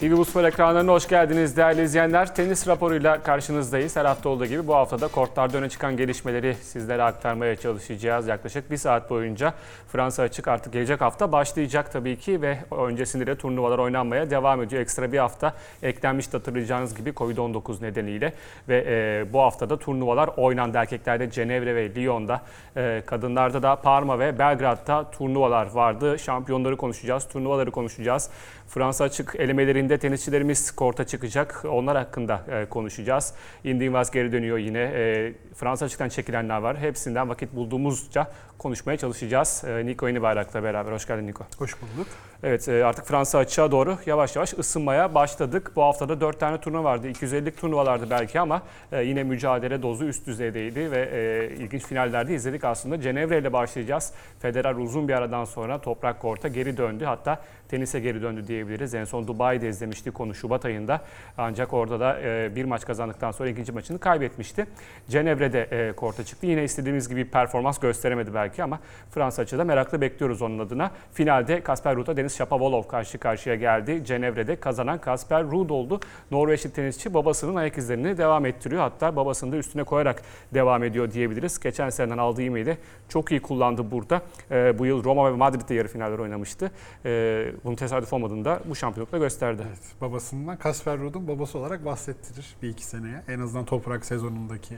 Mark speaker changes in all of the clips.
Speaker 1: TV Bu Spor ekranlarına hoş geldiniz değerli izleyenler. Tenis raporuyla karşınızdayız. Her hafta olduğu gibi bu haftada kortlarda öne çıkan gelişmeleri sizlere aktarmaya çalışacağız. Yaklaşık bir saat boyunca Fransa Açık artık gelecek hafta başlayacak tabii ki ve öncesinde de turnuvalar oynanmaya devam ediyor. Ekstra bir hafta eklenmişti hatırlayacağınız gibi Covid-19 nedeniyle ve bu haftada turnuvalar oynandı. Erkeklerde Cenevre ve Lyon'da, kadınlarda da Parma ve Belgrad'da turnuvalar vardı. Şampiyonları konuşacağız, turnuvaları konuşacağız. Fransa Açık elemelerinde tenisçilerimiz korta çıkacak. Onlar hakkında konuşacağız. Indy Invas geri dönüyor yine. Fransa Açık'tan çekilenler var. Hepsinden vakit bulduğumuzca konuşmaya çalışacağız. Niko Yenibayrak'la beraber. Hoş geldin Niko.
Speaker 2: Hoş bulduk.
Speaker 1: Evet, artık Fransa Açık'a doğru yavaş yavaş ısınmaya başladık. Bu haftada 4 tane turnuva vardı. 250'lik turnuvalardı belki ama yine mücadele dozu üst düzeydeydi ve ilginç finallerde izledik aslında. Cenevre ile başlayacağız. Federer uzun bir aradan sonra toprak korta geri döndü. Hatta tenise geri döndü diyebiliriz. En son Dubai'de izlemiştik onu Şubat ayında. Ancak orada da bir maç kazandıktan sonra ikinci maçını kaybetmişti. Cenevre'de korta çıktı. Yine istediğimiz gibi performans gösteremedi belki ama Fransa Açık'ta merakla bekliyoruz onun adına. Finalde Casper Ruud'la Denis Shapovalov karşı karşıya geldi. Cenevre'de kazanan Casper Ruud oldu. Norveçli tenisçi babasının ayak izlerini devam ettiriyor. Hatta babasını da üstüne koyarak devam ediyor diyebiliriz. Geçen seneden aldığı ivmeyi de çok iyi kullandı burada. Bu yıl Roma ve Madrid'de yarı finaller oynamıştı. Bunun tesadüf olmadığını da bu şampiyonlukla gösterdi.
Speaker 2: Evet, babasından Casper Ruud'un babası olarak bahsettirir bir iki seneye. En azından toprak sezonundaki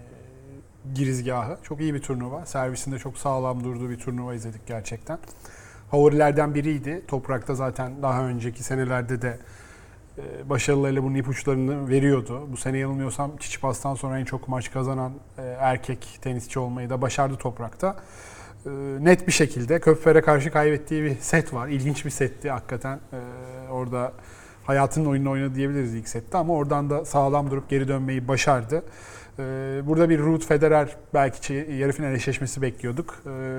Speaker 2: girizgahı. Çok iyi bir turnuva. Servisinde çok sağlam durduğu bir turnuva izledik gerçekten. Favorilerden biriydi. Toprakta zaten daha önceki senelerde de başarılarıyla bunun ipuçlarını veriyordu. Bu sene yanılmıyorsam Tsitsipas'tan sonra en çok maç kazanan erkek tenisçi olmayı da başardı toprakta. Net bir şekilde Köpfer'e karşı kaybettiği bir set var. İlginç bir setti hakikaten. Orada hayatının oyununu oynadı diyebiliriz ilk sette ama oradan da sağlam durup geri dönmeyi başardı. Burada bir Ruud Federer belki yarı final eşleşmesi bekliyorduk.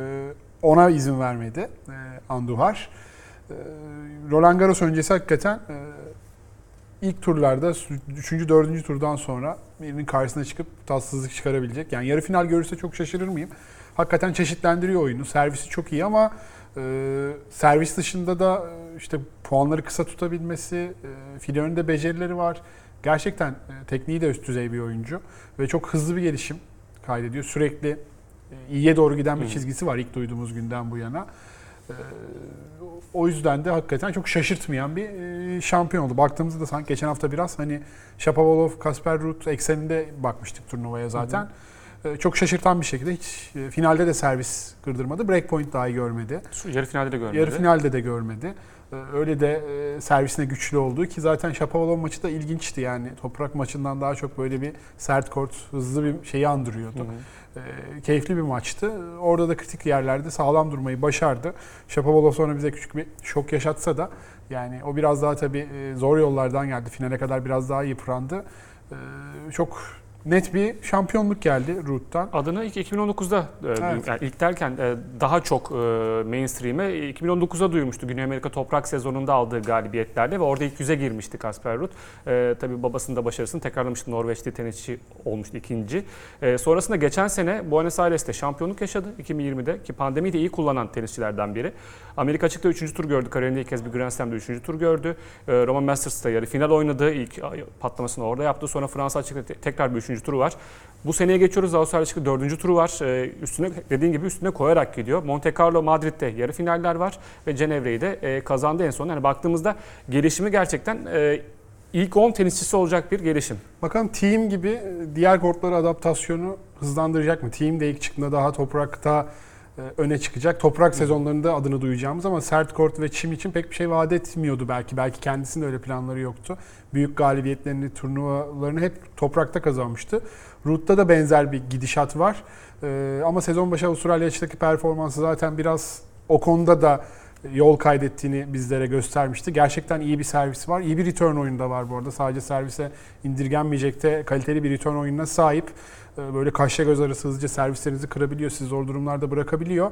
Speaker 2: Ona izin vermedi Andujar. Roland Garros öncesi hakikaten ilk turlarda 3. 4. turdan sonra birinin karşısına çıkıp tatsızlık çıkarabilecek. Yani yarı final görürse çok şaşırır mıyım? Hakikaten çeşitlendiriyor oyunu. Servisi çok iyi ama servis dışında da işte puanları kısa tutabilmesi, file önünde becerileri var. Gerçekten tekniği de üst düzey bir oyuncu ve çok hızlı bir gelişim kaydediyor. Sürekli iyiye doğru giden bir çizgisi var ilk duyduğumuz günden bu yana. O yüzden de hakikaten çok şaşırtmayan bir şampiyon oldu. Baktığımızda sanki geçen hafta biraz hani Shapovalov, Casper Ruud ekseninde bakmıştık turnuvaya zaten. Çok şaşırtan bir şekilde hiç finalde de servis kırdırmadı. Breakpoint dahi görmedi.
Speaker 1: Yarı finalde de görmedi.
Speaker 2: Yarı finalde de görmedi. Öyle de servisine güçlü olduğu ki zaten Shapovalov maçı da ilginçti yani. Toprak maçından daha çok böyle bir sert kort, hızlı bir şeyi andırıyordu. Keyifli bir maçtı. Orada da kritik yerlerde sağlam durmayı başardı. Shapovalov sonra bize küçük bir şok yaşatsa da yani o biraz daha tabii zor yollardan geldi. Finale kadar biraz daha yıprandı. Çok net bir şampiyonluk geldi Ruud'dan.
Speaker 1: Adını ilk 2019'da,
Speaker 2: evet.
Speaker 1: Yani ilk derken daha çok mainstream'e 2019'da duyurmuştu. Güney Amerika toprak sezonunda aldığı galibiyetlerle ve orada ilk 100'e girmişti Casper Ruud. Tabii babasının da başarısını tekrarlamıştı. Norveçli tenisçi olmuştu ikinci. Sonrasında geçen sene Buenos Aires'te şampiyonluk yaşadı 2020'de ki pandemiyi de iyi kullanan tenisçilerden biri. Amerika Açık'ta 3. tur gördü. Kariyerinde ilk kez bir Grand Slam'da 3. tur gördü. Roma Masters'ta yarı final oynadı. İlk patlamasını orada yaptı. Sonra Fransa Açık'ta tekrar bir 3. turu var. Bu seneye geçiyoruz. Avustralya Açık'ta 4. turu var. Üstüne dediğin gibi üstüne koyarak gidiyor. Monte Carlo, Madrid'de yarı finaller var ve Cenevre'yi de kazandı en son. Yani baktığımızda gelişimi gerçekten ilk 10 tenisçisi olacak bir gelişim.
Speaker 2: Bakalım Thiem gibi diğer kortlara adaptasyonu hızlandıracak mı? Thiem de ilk çıktığında daha toprakta öne çıkacak. Toprak sezonlarında adını duyacağımız ama sert kort ve çim için pek bir şey vaat etmiyordu belki. Belki kendisinin öyle planları yoktu. Büyük galibiyetlerini, turnuvalarını hep toprakta kazanmıştı. Ruud'da da benzer bir gidişat var. Ama sezon başı Avustralya Açık'taki performansı zaten biraz o konuda da yol kaydettiğini bizlere göstermişti. Gerçekten iyi bir servis var. İyi bir return oyunu da var bu arada. Sadece servise indirgenmeyecek de kaliteli bir return oyununa sahip. Böyle kaşla göz arası hızlıca servislerinizi kırabiliyor, sizi zor durumlarda bırakabiliyor.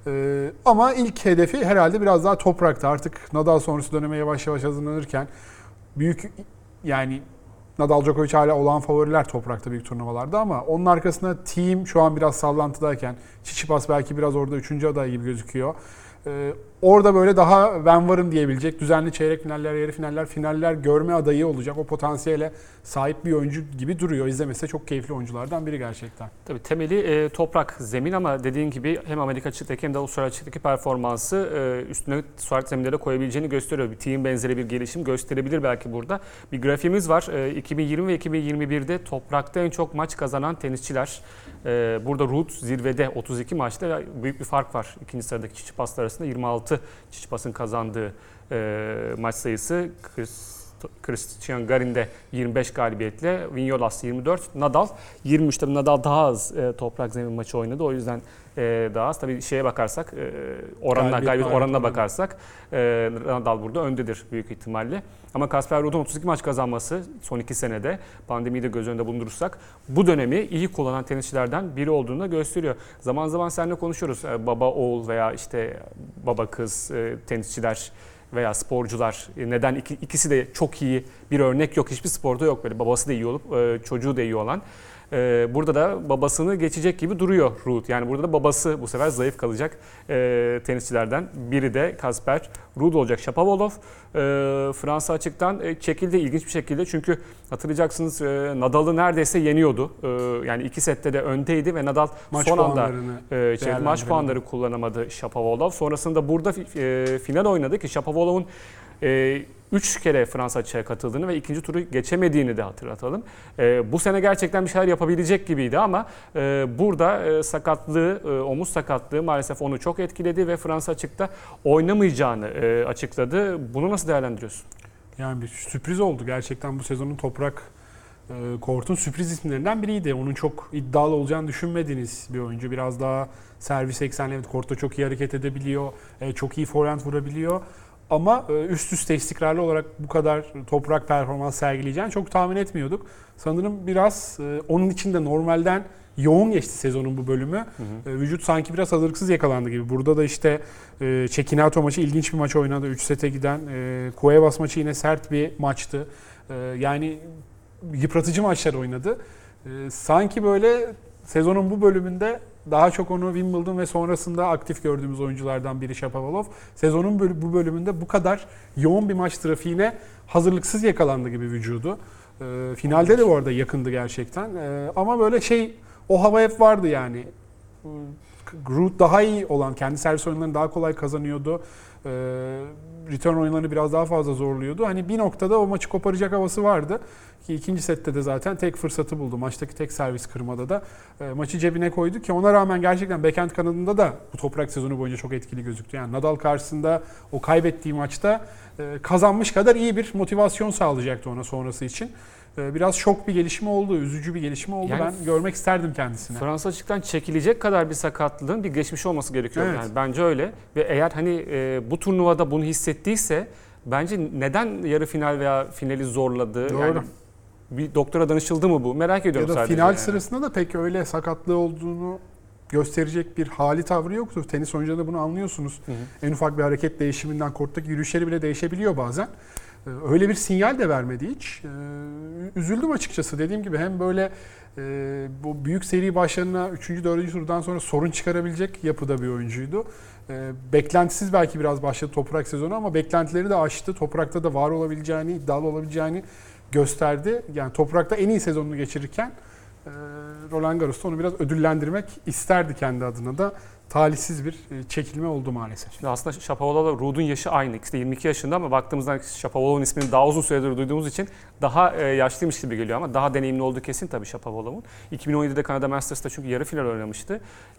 Speaker 2: Ama ilk hedefi herhalde biraz daha toprakta. Artık Nadal sonrası döneme yavaş yavaş hazırlanırken büyük yani Nadal, Djokovic hala olan favoriler toprakta büyük turnuvalarda ama onun arkasında Thiem şu an biraz sallantıdayken Tsitsipas belki biraz orada 3. aday gibi gözüküyor. orada böyle daha ben varım diyebilecek düzenli çeyrek finaller, yarı finaller, finaller görme adayı olacak. O potansiyele sahip bir oyuncu gibi duruyor. İzlemesi çok keyifli oyunculardan biri gerçekten.
Speaker 1: Tabii temeli toprak, zemin ama dediğin gibi hem Amerika açıktaki hem de Avustralya açıktaki performansı üstüne suart zeminlere koyabileceğini gösteriyor. Bir team benzeri bir gelişim gösterebilir belki burada. Bir grafiğimiz var. 2020 ve 2021'de toprakta en çok maç kazanan tenisçiler. Burada Ruud zirvede 32 maçta, büyük bir fark var. İkinci sıradaki Çiçipaslar arasında 26 Çiçipas'ın kazandığı maç sayısı. Christian Garin'de 25 galibiyetle, Vinyolas 24, Nadal 23. Tabii Nadal daha az toprak zemin maçı oynadı. O yüzden daha az. Tabii şeye bakarsak, galibiyet oranına bakarsak Nadal burada öndedir büyük ihtimalle. Ama Casper Ruud'un 32 maç kazanması son 2 senede, pandemiyi de göz önünde bulundurursak, bu dönemi iyi kullanan tenisçilerden biri olduğunu gösteriyor. Zaman zaman seninle konuşuyoruz. Baba oğul veya işte baba kız tenisçiler veya sporcular, neden ikisi de çok iyi bir örnek yok. Hiçbir sporda yok böyle babası da iyi olup çocuğu da iyi olan. Burada da babasını geçecek gibi duruyor Ruud. Yani burada da babası bu sefer zayıf kalacak tenisçilerden biri de Casper Ruud olacak. Shapovalov Fransa açıktan çekildi ilginç bir şekilde. Çünkü hatırlayacaksınız Nadal'ı neredeyse yeniyordu. Yani 2 sette de öndeydi ve Nadal son anda maç puanları kullanamadı Shapovalov. Sonrasında burada final oynadı ki Shapovalov'un 3 kere Fransa açığa katıldığını ve ikinci turu geçemediğini de hatırlatalım. Bu sene gerçekten bir şeyler yapabilecek gibiydi ama burada sakatlığı, omuz sakatlığı maalesef onu çok etkiledi ve Fransa açıkta oynamayacağını açıkladı. Bunu nasıl değerlendiriyorsun?
Speaker 2: Yani bir sürpriz oldu gerçekten bu sezonun toprak kortun sürpriz isimlerinden biriydi. Onun çok iddialı olacağını düşünmediğiniz bir oyuncu. Biraz daha servis eksenli, evet, kortta çok iyi hareket edebiliyor, çok iyi forehand vurabiliyor. Ama üst üste istikrarlı olarak bu kadar toprak performans sergileyeceğini çok tahmin etmiyorduk. Sanırım biraz onun için de normalden yoğun geçti sezonun bu bölümü. Vücut sanki biraz hazırlıksız yakalandı gibi. Burada da işte Cecchinato maçı ilginç bir maç oynadı. 3 sete giden. Cuevas maçı yine sert bir maçtı. Yani yıpratıcı maçlar oynadı. Sanki böyle sezonun bu bölümünde daha çok onu Wimbledon ve sonrasında aktif gördüğümüz oyunculardan biri Shapovalov. Sezonun bu bölümünde bu kadar yoğun bir maç trafiğine hazırlıksız yakalandı gibi vücudu. Finalde de bu arada yakındı gerçekten. Ama böyle o hava hep vardı yani. Ruud daha iyi olan, kendi servis oyunlarını daha kolay kazanıyordu. Return oyunlarını biraz daha fazla zorluyordu. Hani bir noktada o maçı koparacak havası vardı. Ki ikinci sette de zaten tek fırsatı buldu. Maçtaki tek servis kırmada da maçı cebine koydu ki ona rağmen gerçekten backhand kanadında da bu toprak sezonu boyunca çok etkili gözüktü. Yani Nadal karşısında o kaybettiği maçta kazanmış kadar iyi bir motivasyon sağlayacaktı ona sonrası için. Biraz şok bir gelişme oldu, üzücü bir gelişme oldu. Yani ben görmek isterdim kendisine.
Speaker 1: Fransa açıktan çekilecek kadar bir sakatlığın bir geçmiş olması gerekiyor. Evet. Yani bence öyle. Ve eğer hani bu turnuvada bunu hissettiyse bence neden yarı final veya finali zorladı?
Speaker 2: Doğru.
Speaker 1: Yani bir doktora danışıldı mı bu? Merak ediyorum
Speaker 2: ya da
Speaker 1: sadece.
Speaker 2: Final sırasında da pek öyle sakatlığı olduğunu gösterecek bir hali tavrı yoktu. Tenis oyuncularında bunu anlıyorsunuz. En ufak bir hareket değişiminden korttaki yürüyüşleri bile değişebiliyor bazen. Öyle bir sinyal de vermedi hiç. Üzüldüm açıkçası. Dediğim gibi hem böyle bu büyük seri başlarına 3. 4. turdan sonra sorun çıkarabilecek yapıda bir oyuncuydu. Beklentisiz belki biraz başladı toprak sezonu ama beklentileri de aştı. Toprakta da var olabileceğini, iddialı olabileceğini gösterdi. Yani toprakta en iyi sezonunu geçirirken Roland Garros'ta onu biraz ödüllendirmek isterdi kendi adına da. Talihsiz bir çekilme oldu maalesef.
Speaker 1: Şimdi aslında Shapovalov'la Ruud'un yaşı aynı. İkisi de 22 yaşında ama baktığımızda Shapovalov'un ismini daha uzun süredir duyduğumuz için daha yaşlıymış gibi geliyor ama daha deneyimli olduğu kesin tabii Shapovalov'un. 2017'de Kanada Masters'ta çünkü yarı final oynamıştı.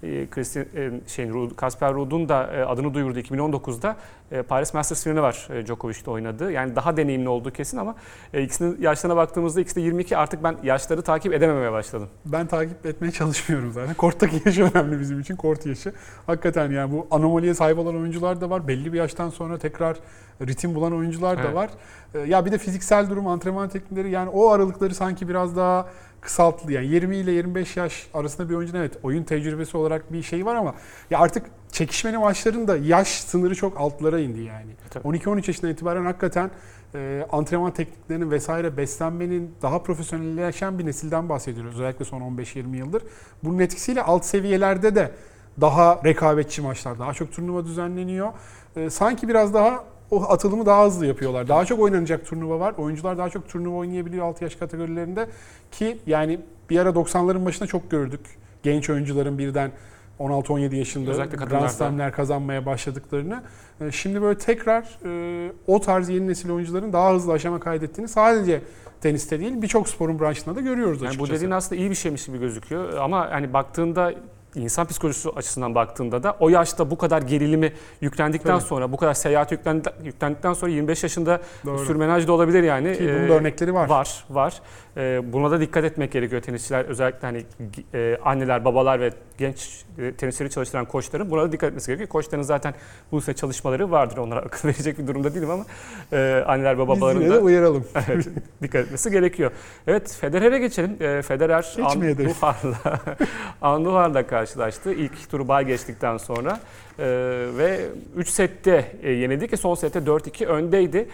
Speaker 1: Casper Ruud'un da adını duyurdu 2019'da. Paris Masters finali var Djokovic'le oynadı. Yani daha deneyimli olduğu kesin ama ikisinin yaşlarına baktığımızda ikisi de 22. Artık ben yaşları takip edememeye başladım.
Speaker 2: Ben takip etmeye çalışmıyorum zaten. Korttaki yaşı önemli bizim için, kort yaşı. Hakikaten yani bu anomaliye sahip olan oyuncular da var. Belli bir yaştan sonra tekrar ritim bulan oyuncular da var. Ya bir de fiziksel durum, antrenman teknikleri, yani o aralıkları sanki biraz daha kısalttı. Yani 20 ile 25 yaş arasında bir oyuncunun evet oyun tecrübesi olarak bir şey var ama ya artık çekişmeli maçların da yaş sınırı çok altlara indi yani. 12-13 yaşından itibaren hakikaten antrenman tekniklerinin vesaire beslenmenin daha profesyonelleşen bir nesilden bahsediyoruz. Özellikle son 15-20 yıldır. Bunun etkisiyle alt seviyelerde de daha rekabetçi maçlar, daha çok turnuva düzenleniyor. Sanki biraz daha o atılımı daha hızlı yapıyorlar. Daha çok oynanacak turnuva var. Oyuncular daha çok turnuva oynayabiliyor 6 yaş kategorilerinde. Ki yani bir ara 90'ların başında çok gördük. Genç oyuncuların birden 16-17 yaşında
Speaker 1: Özellikle
Speaker 2: Grand
Speaker 1: kadınlarda.
Speaker 2: Slam'ler kazanmaya başladıklarını. Şimdi böyle tekrar o tarz yeni nesil oyuncuların daha hızlı aşama kaydettiğini sadece teniste değil birçok sporun branşında da görüyoruz
Speaker 1: Yani
Speaker 2: açıkçası.
Speaker 1: bu dediğin aslında iyi bir şeymiş gibi gözüküyor ama hani baktığında insan psikolojisi açısından baktığında da o yaşta bu kadar gerilimi yüklendikten
Speaker 2: Tabii.
Speaker 1: sonra bu kadar seyahat yüklendikten sonra 25 yaşında
Speaker 2: Doğru.
Speaker 1: sürmenaj da olabilir yani.
Speaker 2: Ki bunun da örnekleri var.
Speaker 1: Var. Buna da dikkat etmek gerekiyor tenisçiler özellikle hani anneler, babalar ve genç tenisçileri çalıştıran koçların buna da dikkat etmesi gerekiyor. Koçların zaten bu ise çalışmaları vardır. Onlara akıl verecek bir durumda değilim ama anneler ve babaların
Speaker 2: Biz yine de
Speaker 1: da
Speaker 2: uyaralım.
Speaker 1: evet, dikkat etmesi gerekiyor. Evet, Federer'e geçelim. Federer
Speaker 2: Geçmeyelim.
Speaker 1: Andujar'la karşılaştı. İlk turu bay geçtikten sonra ve 3 sette yenildi ki son sette 4-2 öndeydi.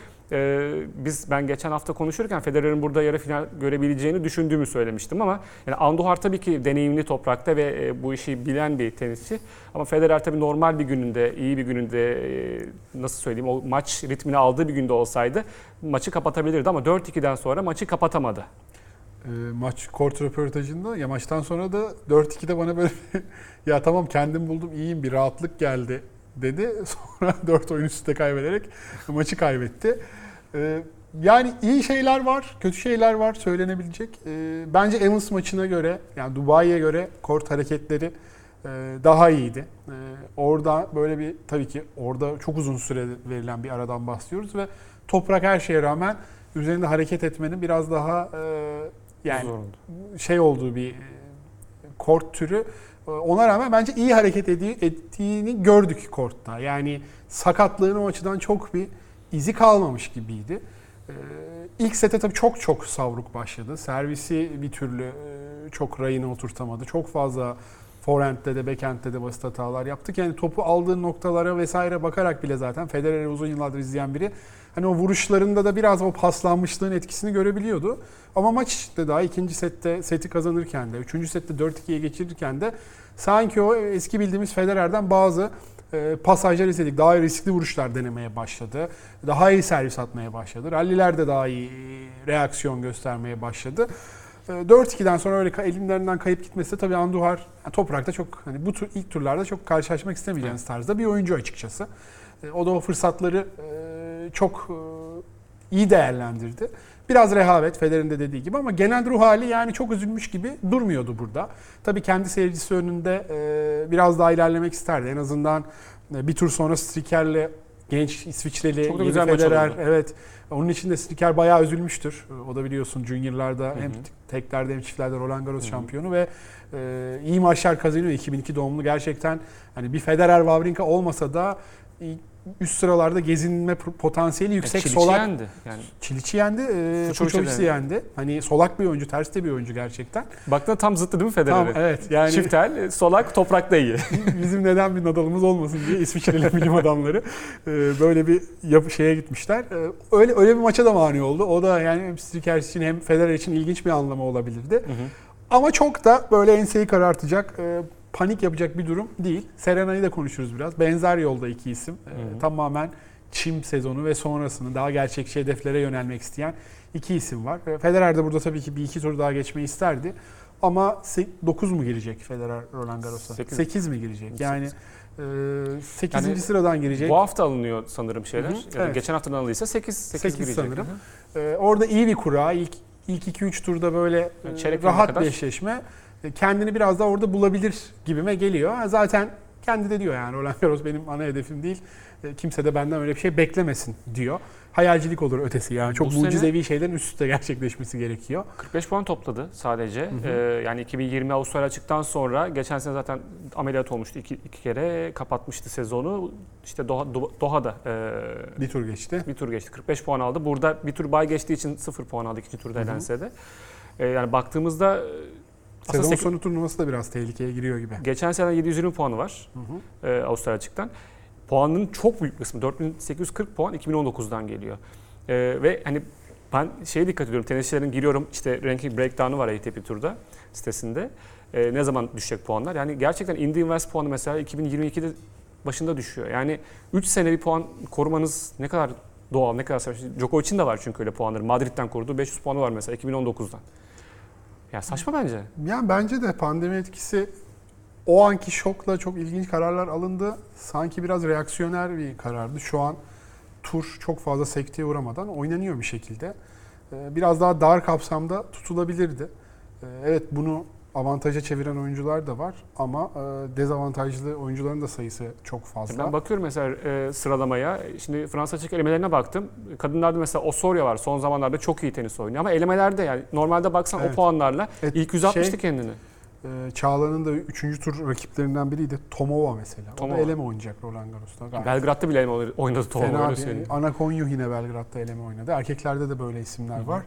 Speaker 1: Ben geçen hafta konuşurken Federer'in burada yarı final görebileceğini düşündüğümü söylemiştim ama yani Andujar tabii ki deneyimli toprakta ve bu işi bilen bir tenisçi. Ama Federer tabii normal bir gününde, iyi bir gününde nasıl söyleyeyim o maç ritmini aldığı bir günde olsaydı maçı kapatabilirdi ama 4-2'den sonra maçı kapatamadı.
Speaker 2: Maç kort röportajında ya maçtan sonra da 4-2'de bana böyle ya tamam kendim buldum iyiyim bir rahatlık geldi dedi. Sonra 4 oyun üst üste kaybederek maçı kaybetti. Yani iyi şeyler var, kötü şeyler var söylenebilecek. Bence Evans maçına göre yani Dubai'ye göre kort hareketleri daha iyiydi. Orada böyle bir tabii ki orada çok uzun süre verilen bir aradan bahsediyoruz ve toprak her şeye rağmen üzerinde hareket etmenin biraz daha yani şey olduğu bir kort türü. Ona rağmen bence iyi hareket ettiğini gördük kortta. Yani sakatlığın o açıdan çok bir izi kalmamış gibiydi. İlk sete tabii çok savruk başladı. Servisi bir türlü çok rayına oturtamadı. Çok fazla forehand'de de backhand'de de basit hatalar yaptık. Yani topu aldığı noktalara vesaire bakarak bile zaten Federer'i uzun yıllardır izleyen biri hani o vuruşlarında da biraz o paslanmışlığın etkisini görebiliyordu. Ama maç işte daha ikinci sette seti kazanırken de, üçüncü sette 4-2'ye geçirirken de sanki o eski bildiğimiz Federer'den bazı pasajlar istedik. Daha riskli vuruşlar denemeye başladı. Daha iyi servis atmaya başladı. Rallilerde daha iyi reaksiyon göstermeye başladı. 4-2'den sonra öyle elimlerinden kayıp gitmesi de tabii Andujar yani toprakta çok hani bu ilk turlarda çok karşılaşmak istemeyeceğiniz tarzda bir oyuncu açıkçası. O da o fırsatları çok iyi değerlendirdi. Biraz rehavet Federer'in de dediği gibi ama genel ruh hali yani çok üzülmüş gibi durmuyordu burada. Tabii kendi seyircisi önünde biraz daha ilerlemek isterdi. En azından bir tur sonra Striker'le genç İsviçreli
Speaker 1: çok da
Speaker 2: yeni
Speaker 1: güzel maç
Speaker 2: Federer.
Speaker 1: olurdu.
Speaker 2: Evet. Onun için de Striker bayağı üzülmüştür. O da biliyorsun Junior'larda hem teklerde hem çiftlerde Roland Garros şampiyonu ve iyi maçlar kazanıyor. 2002 doğumlu gerçekten hani bir Federer Wawrinka olmasa da üst sıralarda gezinme potansiyeli yüksek.
Speaker 1: Çiliç'i
Speaker 2: solak
Speaker 1: yendi. Yani
Speaker 2: Çiliç'i yendi, Fucovic'i yendi. Hani solak bir oyuncu, ters de bir oyuncu gerçekten.
Speaker 1: baktığında tam zıttı değil mi Federer'in?
Speaker 2: Tamam, evet. Yani
Speaker 1: Çiftel, solak, toprakta iyi.
Speaker 2: bizim neden bir Nadal'ımız olmasın diye İsviçreli bilim adamları böyle bir şeye gitmişler. Öyle bir maça da mani oldu. O da yani hem Striker için hem Federer için ilginç bir anlamı olabilirdi. Ama çok da böyle enseyi karartacak, panik yapacak bir durum değil. Serena'yı da konuşuruz biraz. Benzer yolda iki isim. Tamamen çim sezonu ve sonrasını daha gerçekçi hedeflere yönelmek isteyen iki isim var. Federer de burada tabii ki bir iki tur daha geçmeyi isterdi. Ama 9 mu girecek Federer Roland Garros'a? 8 mi girecek? Yani 8.
Speaker 1: Yani
Speaker 2: sıradan girecek.
Speaker 1: Bu hafta alınıyor sanırım şeyler.
Speaker 2: Evet.
Speaker 1: Geçen haftadan alıysa 8 girecek.
Speaker 2: sanırım. Orada iyi bir kura. İlk 2-3 turda böyle
Speaker 1: çeyrek finale
Speaker 2: rahat
Speaker 1: kadar.
Speaker 2: bir eşleşme. Kendini biraz daha orada bulabilir gibime geliyor. Zaten kendi de diyor yani Roland Garros benim ana hedefim değil. Kimse de benden öyle bir şey beklemesin diyor. Hayalcilik olur ötesi yani. Çok
Speaker 1: Bu
Speaker 2: mucizevi şeylerin üst üste gerçekleşmesi gerekiyor.
Speaker 1: 45 puan topladı sadece. Yani 2020 Avustralya açıktan sonra geçen sene zaten ameliyat olmuştu. İki kere kapatmıştı sezonu. İşte Doha'da
Speaker 2: Bir tur geçti.
Speaker 1: bir tur geçti. 45 puan aldı. Burada bir tur bay geçtiği için 0 puan aldı ikinci turda elense de. Yani baktığımızda
Speaker 2: Sezon sonu turnuvası da biraz tehlikeye giriyor gibi.
Speaker 1: geçen sene 720 puanı var Avustralya açıktan. Puanının çok büyük kısmı 4840 puan 2019'dan geliyor. Ve hani ben şeye dikkat ediyorum. Tenisçilerin giriyorum işte ranking breakdown'u var ATP Tur'da sitesinde. Ne zaman düşecek puanlar? Yani gerçekten Indy Invest puanı mesela 2022'de başında düşüyor. Yani 3 sene bir puan korumanız ne kadar doğal, ne kadar saçma. Djokovic'in de var çünkü öyle puanları. Madrid'den koruduğu 500 puanı var mesela 2019'dan. Ya saçma bence.
Speaker 2: Yani bence de pandemi etkisi, o anki şokla çok ilginç kararlar alındı. Sanki biraz reaksiyoner bir karardı. Şu an tur çok fazla sekteye uğramadan oynanıyor bir şekilde. Biraz daha dar kapsamda tutulabilirdi. Evet, bunu avantaja çeviren oyuncular da var ama dezavantajlı oyuncuların da sayısı çok fazla.
Speaker 1: Ben bakıyorum mesela sıralamaya. Şimdi Fransa açık elemelerine baktım. Kadınlarda mesela Osorio var. Son zamanlarda çok iyi tenis oynuyor ama elemelerde yani normalde baksan
Speaker 2: Evet.
Speaker 1: o puanlarla ilk 160'tı
Speaker 2: Şey,
Speaker 1: kendini.
Speaker 2: Çağla'nın da 3. tur rakiplerinden biriydi. Tomova mesela.
Speaker 1: Tomova.
Speaker 2: O da eleme oynayacak Roland Garros'ta. Gayet
Speaker 1: Belgrad'da bile eleme oynadı Tomova,
Speaker 2: fena
Speaker 1: öyle
Speaker 2: bir.
Speaker 1: söyleyeyim.
Speaker 2: Ana Konyu yine Belgrad'da eleme oynadı. Erkeklerde de böyle isimler var.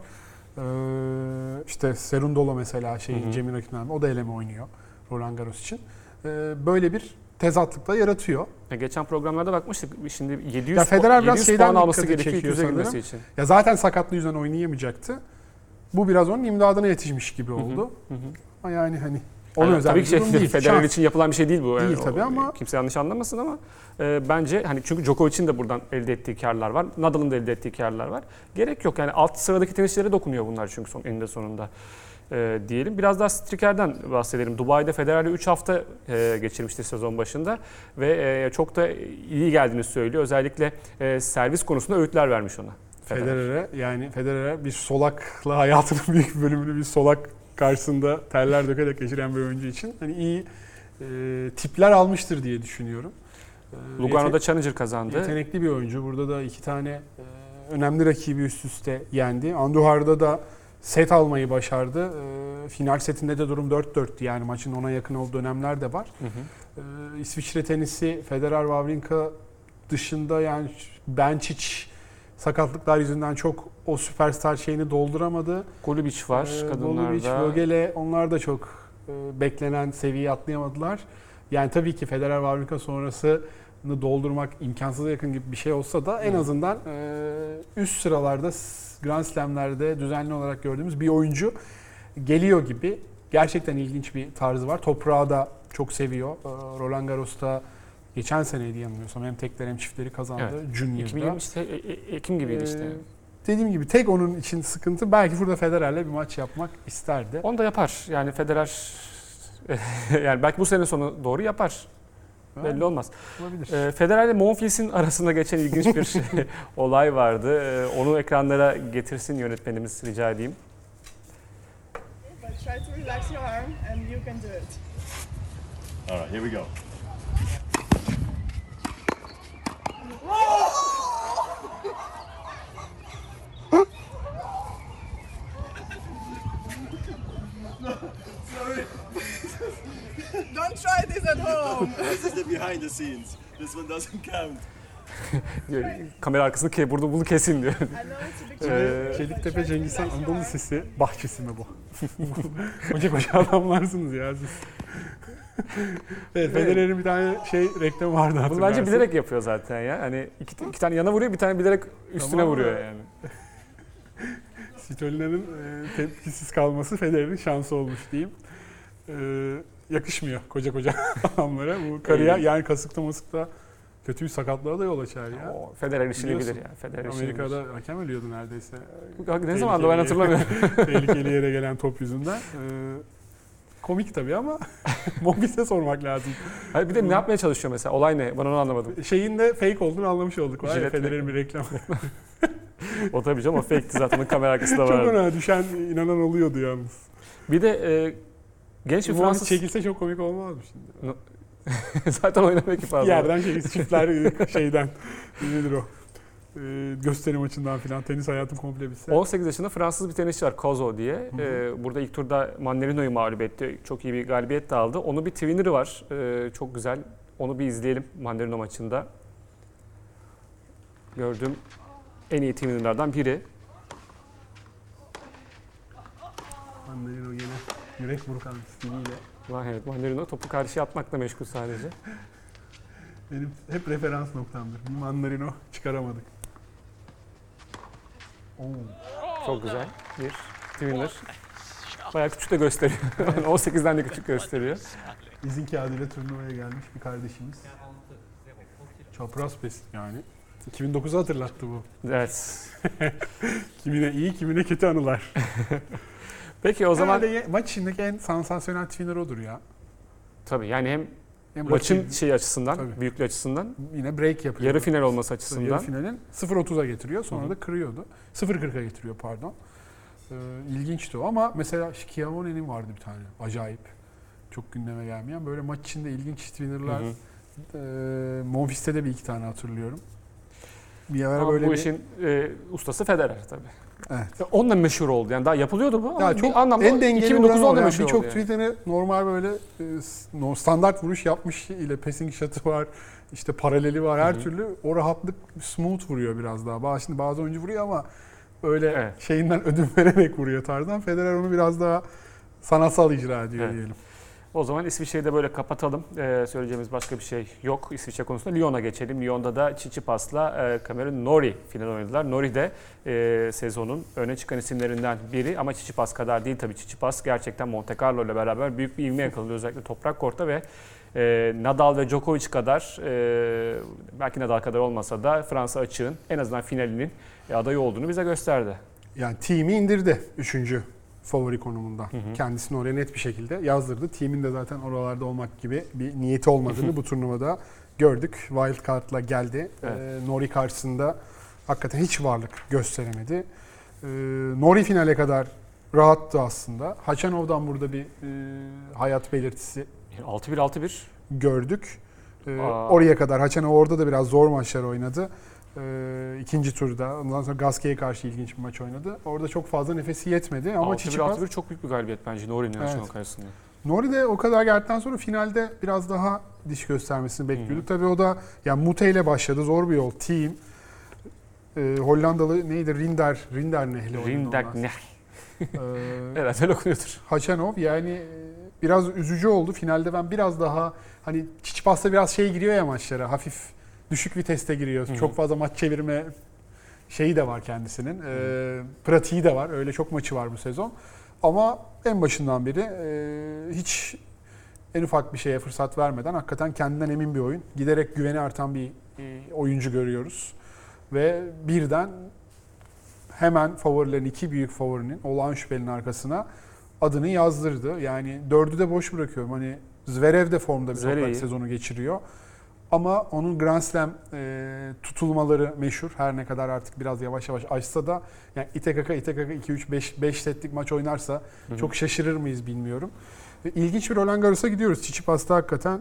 Speaker 2: İşte Serundolo mesela Cemil rakibinden, o da eleme oynuyor Roland Garros için. Böyle bir tezatlık da yaratıyor.
Speaker 1: Geçen programlarda bakmıştık. Şimdi 700,
Speaker 2: Ya Federer biraz
Speaker 1: 700
Speaker 2: şeyden
Speaker 1: puan alması
Speaker 2: dikkati
Speaker 1: gerekiyor
Speaker 2: çekiyor
Speaker 1: 200'e girmesi
Speaker 2: sanırım.
Speaker 1: için.
Speaker 2: Ya zaten sakatlığı yüzünden oynayamayacaktı. Bu biraz onun imdadına yetişmiş gibi oldu. Ama yani hani ona
Speaker 1: Yani
Speaker 2: özel
Speaker 1: tabii
Speaker 2: bir
Speaker 1: ki
Speaker 2: durum değil.
Speaker 1: Federer
Speaker 2: Şans.
Speaker 1: için yapılan bir şey değil bu.
Speaker 2: Değil tabii ama-
Speaker 1: Kimse yanlış anlamasın ama bence hani çünkü Djokovic'in de buradan elde ettiği karlar var. Nadal'ın da elde ettiği karlar var. Gerek yok yani alt sıradaki tenisçilere dokunuyor bunlar çünkü eninde sonunda. Diyelim. Biraz daha Striker'den bahsedelim. Dubai'de Federer'le 3 hafta geçirmişti sezon başında ve çok da iyi geldiğini söylüyor. Özellikle servis konusunda öğütler vermiş ona.
Speaker 2: Federer'e bir solakla hayatının büyük bir bölümünü bir solak karşısında terler dökerek geçiren bir oyuncu için hani iyi tipler almıştır diye düşünüyorum.
Speaker 1: Lugano'da Challenger kazandı.
Speaker 2: Yetenekli bir oyuncu. Burada da 2 tane önemli rakibi üst üste yendi. Andujar'da da set almayı başardı. Final setinde de durum 4-4'tü. Yani maçın ona yakın olduğu dönemler de var. İsviçre tenisi Federer, Wawrinka dışında yani Benčić sakatlıklar yüzünden çok o süperstar şeyini dolduramadı.
Speaker 1: Golubic var kadınlarda.
Speaker 2: Golubic, Vögele, onlar da çok beklenen seviyeye atlayamadılar. Yani tabii ki Federer, Wawrinka sonrasını doldurmak imkansıza yakın gibi bir şey olsa da en azından üst sıralarda Grand Slam'lerde düzenli olarak gördüğümüz bir oyuncu geliyor gibi. Gerçekten ilginç bir tarzı var. Toprağı da çok seviyor. Roland Garros'ta geçen seneydi yanılmıyorsam hem tekler hem çiftleri kazandı.
Speaker 1: Evet.
Speaker 2: Junior'da.
Speaker 1: 2020 işte, Ekim gibiydi işte.
Speaker 2: Dediğim gibi tek onun için sıkıntı belki burada Federer'le bir maç yapmak isterdi.
Speaker 1: Onu da yapar. Yani Federer yani belki bu sene sonu doğru yapar. Belli olmaz.
Speaker 2: Olabilir.
Speaker 1: Federer ile Monfils'in arasında geçen ilginç bir olay vardı. Onu ekranlara getirsin yönetmenimiz, rica edeyim.
Speaker 3: But try to relax your arm and you can do it.
Speaker 4: All right, here we go.
Speaker 3: Don't try this at home.
Speaker 4: This is the behind the scenes. This one doesn't count.
Speaker 1: Diyor, kamera arkasında burada bunu kesin diyor.
Speaker 3: I know it's a big
Speaker 2: Çeliktepe Cengiz Han Anadolu Lisesi bahçesi mi bu? koca adamlarsınız ya siz. Evet, Federer'in bir tane reklamı vardı
Speaker 1: Bunu
Speaker 2: hatırlarsın.
Speaker 1: bence bilerek yapıyor zaten ya. Hani iki tane yana vuruyor, bir tane bilerek üstüne
Speaker 2: Tamam.
Speaker 1: vuruyor yani.
Speaker 2: Svitolina'nın tepkisiz kalması Federer'in şansı olmuş diyeyim. Yakışmıyor koca adamlara. Bu kariyer yani kasıkta masıkta kötü bir sakatlığa da yol açar ya.
Speaker 1: O Federer işini
Speaker 2: Biliyorsun,
Speaker 1: bilir ya. Federer işini
Speaker 2: Amerika'da hakem ölüyordu neredeyse.
Speaker 1: bilir. Ne zamandı ben hatırlamıyorum.
Speaker 2: Tehlikeli yere gelen top yüzünden. Komik tabii ama Monfils'e sormak lazım.
Speaker 1: Hayır, bir de ne yapmaya çalışıyor mesela? Olay ne? Ben onu anlamadım.
Speaker 2: Şeyin de fake olduğunu anlamış olduk. Var ya,
Speaker 1: Jilet
Speaker 2: Federer'in bir reklamı.
Speaker 1: O tabii canım, o fake'ti zaten. Onun kamera arkasında
Speaker 2: Çok
Speaker 1: vardı.
Speaker 2: ona düşen inanan oluyordu yalnız.
Speaker 1: Bir de genç bir
Speaker 2: Bu
Speaker 1: Fransız...
Speaker 2: çekilse çok komik olmaz mı şimdi?
Speaker 1: zaten oynamıyor ki fazla.
Speaker 2: Bir yerden çiftler şeyden nedir o? Gösteri maçından filan tenis hayatım komple bitse.
Speaker 1: 18 yaşında Fransız bir tenisçi var, Kozo diye. Burada ilk turda Manarino'yu mağlup etti. Çok iyi bir galibiyet de aldı. Onun bir twinner'ı var. Çok güzel. Onu bir izleyelim Manarino maçında. Gördüğüm en iyi twinner'lardan biri.
Speaker 2: Mandarino yine yürek burkan stiliyle.
Speaker 1: Evet, Manarino topu karşıya atmakla meşgul sadece.
Speaker 2: Benim hep referans noktamdır. Bir Mandarino çıkaramadık. Oo.
Speaker 1: Çok güzel bir twinner. Bayağı küçük de gösteriyor. 18'den de küçük gösteriyor.
Speaker 2: İzin kağıdıyla turnuvaya gelmiş bir kardeşimiz. Çapraz pes yani. 2009'u hatırlattı bu.
Speaker 1: Evet.
Speaker 2: Kimine iyi, kimine kötü anılar.
Speaker 1: Peki o zaman
Speaker 2: Maç içindeki en sansasyonel twinner odur ya.
Speaker 1: tabii yani hem
Speaker 2: En
Speaker 1: maçın
Speaker 2: basit,
Speaker 1: şeyi açısından,
Speaker 2: Tabii.
Speaker 1: büyüklüğü açısından,
Speaker 2: yine break yapıyor.
Speaker 1: yarı final olması
Speaker 2: Yarı
Speaker 1: açısından.
Speaker 2: finalin 0.30'a getiriyor. Sonra
Speaker 1: Hı hı.
Speaker 2: da kırıyordu. 0.40'a getiriyor pardon. İlginçti o ama mesela Schiavone'nin vardı bir tane. Acayip. Çok gündeme gelmeyen. Böyle maç içinde ilginç twinner'lar.
Speaker 1: Hı hı.
Speaker 2: Monfils'te de bir iki tane hatırlıyorum. Bir ara
Speaker 1: Ama
Speaker 2: böyle
Speaker 1: bu
Speaker 2: bir...
Speaker 1: işin ustası Federer tabii.
Speaker 2: Evet.
Speaker 1: Onunla meşhur oldu. Yani daha yapılıyordu bu ama
Speaker 2: Ya çok
Speaker 1: bir anlamda
Speaker 2: en dengeli
Speaker 1: 2009'da
Speaker 2: vuran o.
Speaker 1: onunla
Speaker 2: Yani
Speaker 1: meşhur
Speaker 2: birçok
Speaker 1: oldu yani.
Speaker 2: Twitter'ı normal böyle standart vuruş yapmış ile passing shot'ı var, işte paraleli var, her türlü o rahatlık smooth vuruyor biraz daha. Şimdi bazı oyuncu vuruyor ama öyle
Speaker 1: Evet.
Speaker 2: şeyinden ödün vererek vuruyor tarzdan. Federer onu biraz daha sanatsal icra ediyor
Speaker 1: Evet.
Speaker 2: diyelim.
Speaker 1: O zaman İsviçre'yi de böyle kapatalım. Söyleyeceğimiz başka bir şey yok İsviçre konusunda. Lyon'a geçelim. Lyon'da da Tsitsipas'la Cameron Norrie final oynadılar. Norrie de sezonun öne çıkan isimlerinden biri ama Tsitsipas kadar değil tabii. Tsitsipas gerçekten Monte Carlo ile beraber büyük bir ivme yakaladı özellikle toprak kortta ve Nadal ve Djokovic kadar belki Nadal kadar olmasa da Fransa açığın en azından finalinin adayı olduğunu bize gösterdi.
Speaker 2: Yani team'i indirdi 3. favori konumunda. Kendisini oraya net bir şekilde yazdırdı. Team'in de zaten oralarda olmak gibi bir niyeti olmadığını bu turnuvada gördük. Wild Card'la geldi.
Speaker 1: Evet.
Speaker 2: Norrie karşısında hakikaten hiç varlık gösteremedi. Norrie finale kadar rahattı aslında. Hachanov'dan burada bir hayat belirtisi
Speaker 1: 6-1 6-1.
Speaker 2: gördük.
Speaker 1: Aa.
Speaker 2: Oraya kadar Hachanov orada da biraz zor maçlar oynadı. İkinci turda. Ondan sonra Gasquet'e karşı ilginç bir maç oynadı. Orada çok fazla nefesi yetmedi ama
Speaker 1: 6-1
Speaker 2: Tsitsipas
Speaker 1: 6-1 çok büyük bir galibiyet bence Norrie'nin
Speaker 2: Evet.
Speaker 1: Hachanov'un karşısında.
Speaker 2: Norrie de o kadar geldikten sonra finalde biraz daha diş göstermesini bekliyorduk. Tabii o da yani Mute ile başladı. Zor bir yol. Team. Hollandalı neydi? Rinderknecht'le oynadı
Speaker 1: Rinderknecht.
Speaker 2: onlar.
Speaker 1: Evet öyle okunuyordur.
Speaker 2: Hachanov yani biraz üzücü oldu. Finalde ben biraz daha hani Tsitsipas'ta biraz şey giriyor ya maçlara. Hafif düşük viteste giriyor. Çok fazla maç çevirme şeyi de var kendisinin. Pratiği de var. Öyle çok maçı var bu sezon. Ama en başından beri hiç en ufak bir şeye fırsat vermeden hakikaten kendinden emin bir oyun. Giderek güveni artan bir oyuncu görüyoruz. Ve birden hemen favorilerin, iki büyük favorinin olağan şüphelinin arkasına adını yazdırdı. Yani 4'ü de boş bırakıyorum. Hani Zverev de formda bir
Speaker 1: Zverev
Speaker 2: toprak
Speaker 1: iyi.
Speaker 2: sezonu geçiriyor. Ama onun Grand Slam tutulmaları meşhur. Her ne kadar artık biraz yavaş yavaş açsa da yani ite kaka 2-3-5 setlik maç oynarsa çok şaşırır mıyız bilmiyorum. İlginç bir Roland Garros'a gidiyoruz. Tsitsipas'ta hakikaten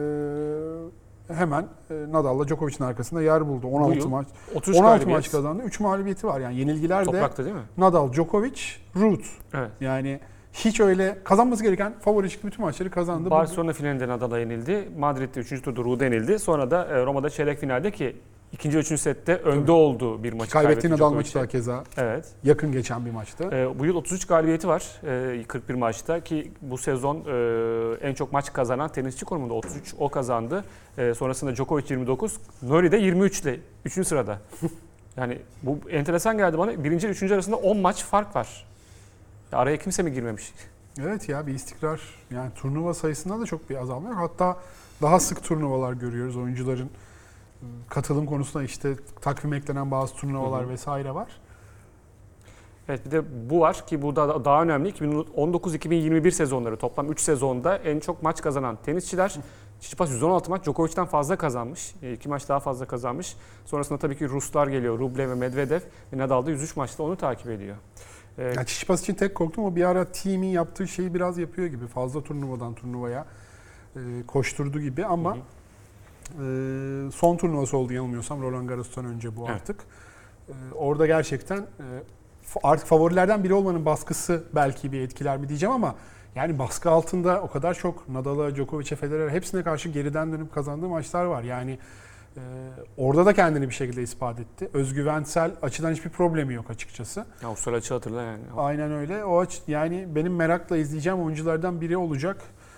Speaker 2: hemen Nadal'la Djokovic'in arkasında yer buldu. 16
Speaker 1: yıl
Speaker 2: maç.
Speaker 1: 33
Speaker 2: 16
Speaker 1: galibiyet.
Speaker 2: maç kazandı. 3 mağlubiyeti var. Yani yenilgiler de
Speaker 1: Toprakta değil mi?
Speaker 2: Nadal, Djokovic, Ruud.
Speaker 1: Evet.
Speaker 2: Yani hiç öyle kazanması gereken favori çıktı bütün maçları kazandı.
Speaker 1: Barcelona finalinde Nadal'a yenildi. Madrid'de 3. turda Ruud'a yenildi. Sonra da Roma'da çeyrek finalde ki ikinci ve üçüncü sette önde olduğu bir maçı
Speaker 2: Kaybettiği
Speaker 1: kaybetti
Speaker 2: Nadal
Speaker 1: Djokovic'e.
Speaker 2: maçı da keza
Speaker 1: Evet.
Speaker 2: yakın geçen bir maçtı.
Speaker 1: Bu yıl 33 galibiyeti var 41 maçta ki bu sezon en çok maç kazanan tenisçi konumunda 33 o kazandı. Sonrasında Djokovic 29, Norrie de 23 ile 3. sırada. Yani bu enteresan geldi bana. Birinci ile 3. arasında 10 maç fark var. Ya araya kimse mi girmemiş?
Speaker 2: Evet ya bir istikrar. Yani turnuva sayısında da çok bir azalma yok. Hatta daha sık turnuvalar görüyoruz. Oyuncuların katılım konusunda işte takvim eklenen bazı turnuvalar vesaire var.
Speaker 1: Evet bir de bu var ki bu da daha önemli. 2019-2021 sezonları toplam 3 sezonda en çok maç kazanan tenisçiler. Tsitsipas 116 maç Djokovic'ten fazla kazanmış. 2 maç daha fazla kazanmış. Sonrasında tabii ki Ruslar geliyor. Rublev ve Medvedev. Ve Nadal da 103 maçta onu takip ediyor.
Speaker 2: Yani Tsitsipas için tek korktum o bir ara team'in yaptığı şeyi biraz yapıyor gibi. Fazla turnuvadan turnuvaya koşturdu gibi ama son turnuvası oldu yanılmıyorsam Roland Garros'tan önce bu
Speaker 1: Evet.
Speaker 2: artık. Orada gerçekten artık favorilerden biri olmanın baskısı belki bir etkiler mi diyeceğim ama yani baskı altında o kadar çok Nadal'a, Djokovic'e, Federer'e hepsine karşı geriden dönüp kazandığı maçlar var. Yani orada da kendini bir şekilde ispat etti. Özgüvensel açıdan hiçbir problemi yok açıkçası.
Speaker 1: Avustralya açığı hatırla yani.
Speaker 2: Aynen öyle. O yani benim merakla izleyeceğim oyunculardan biri olacak.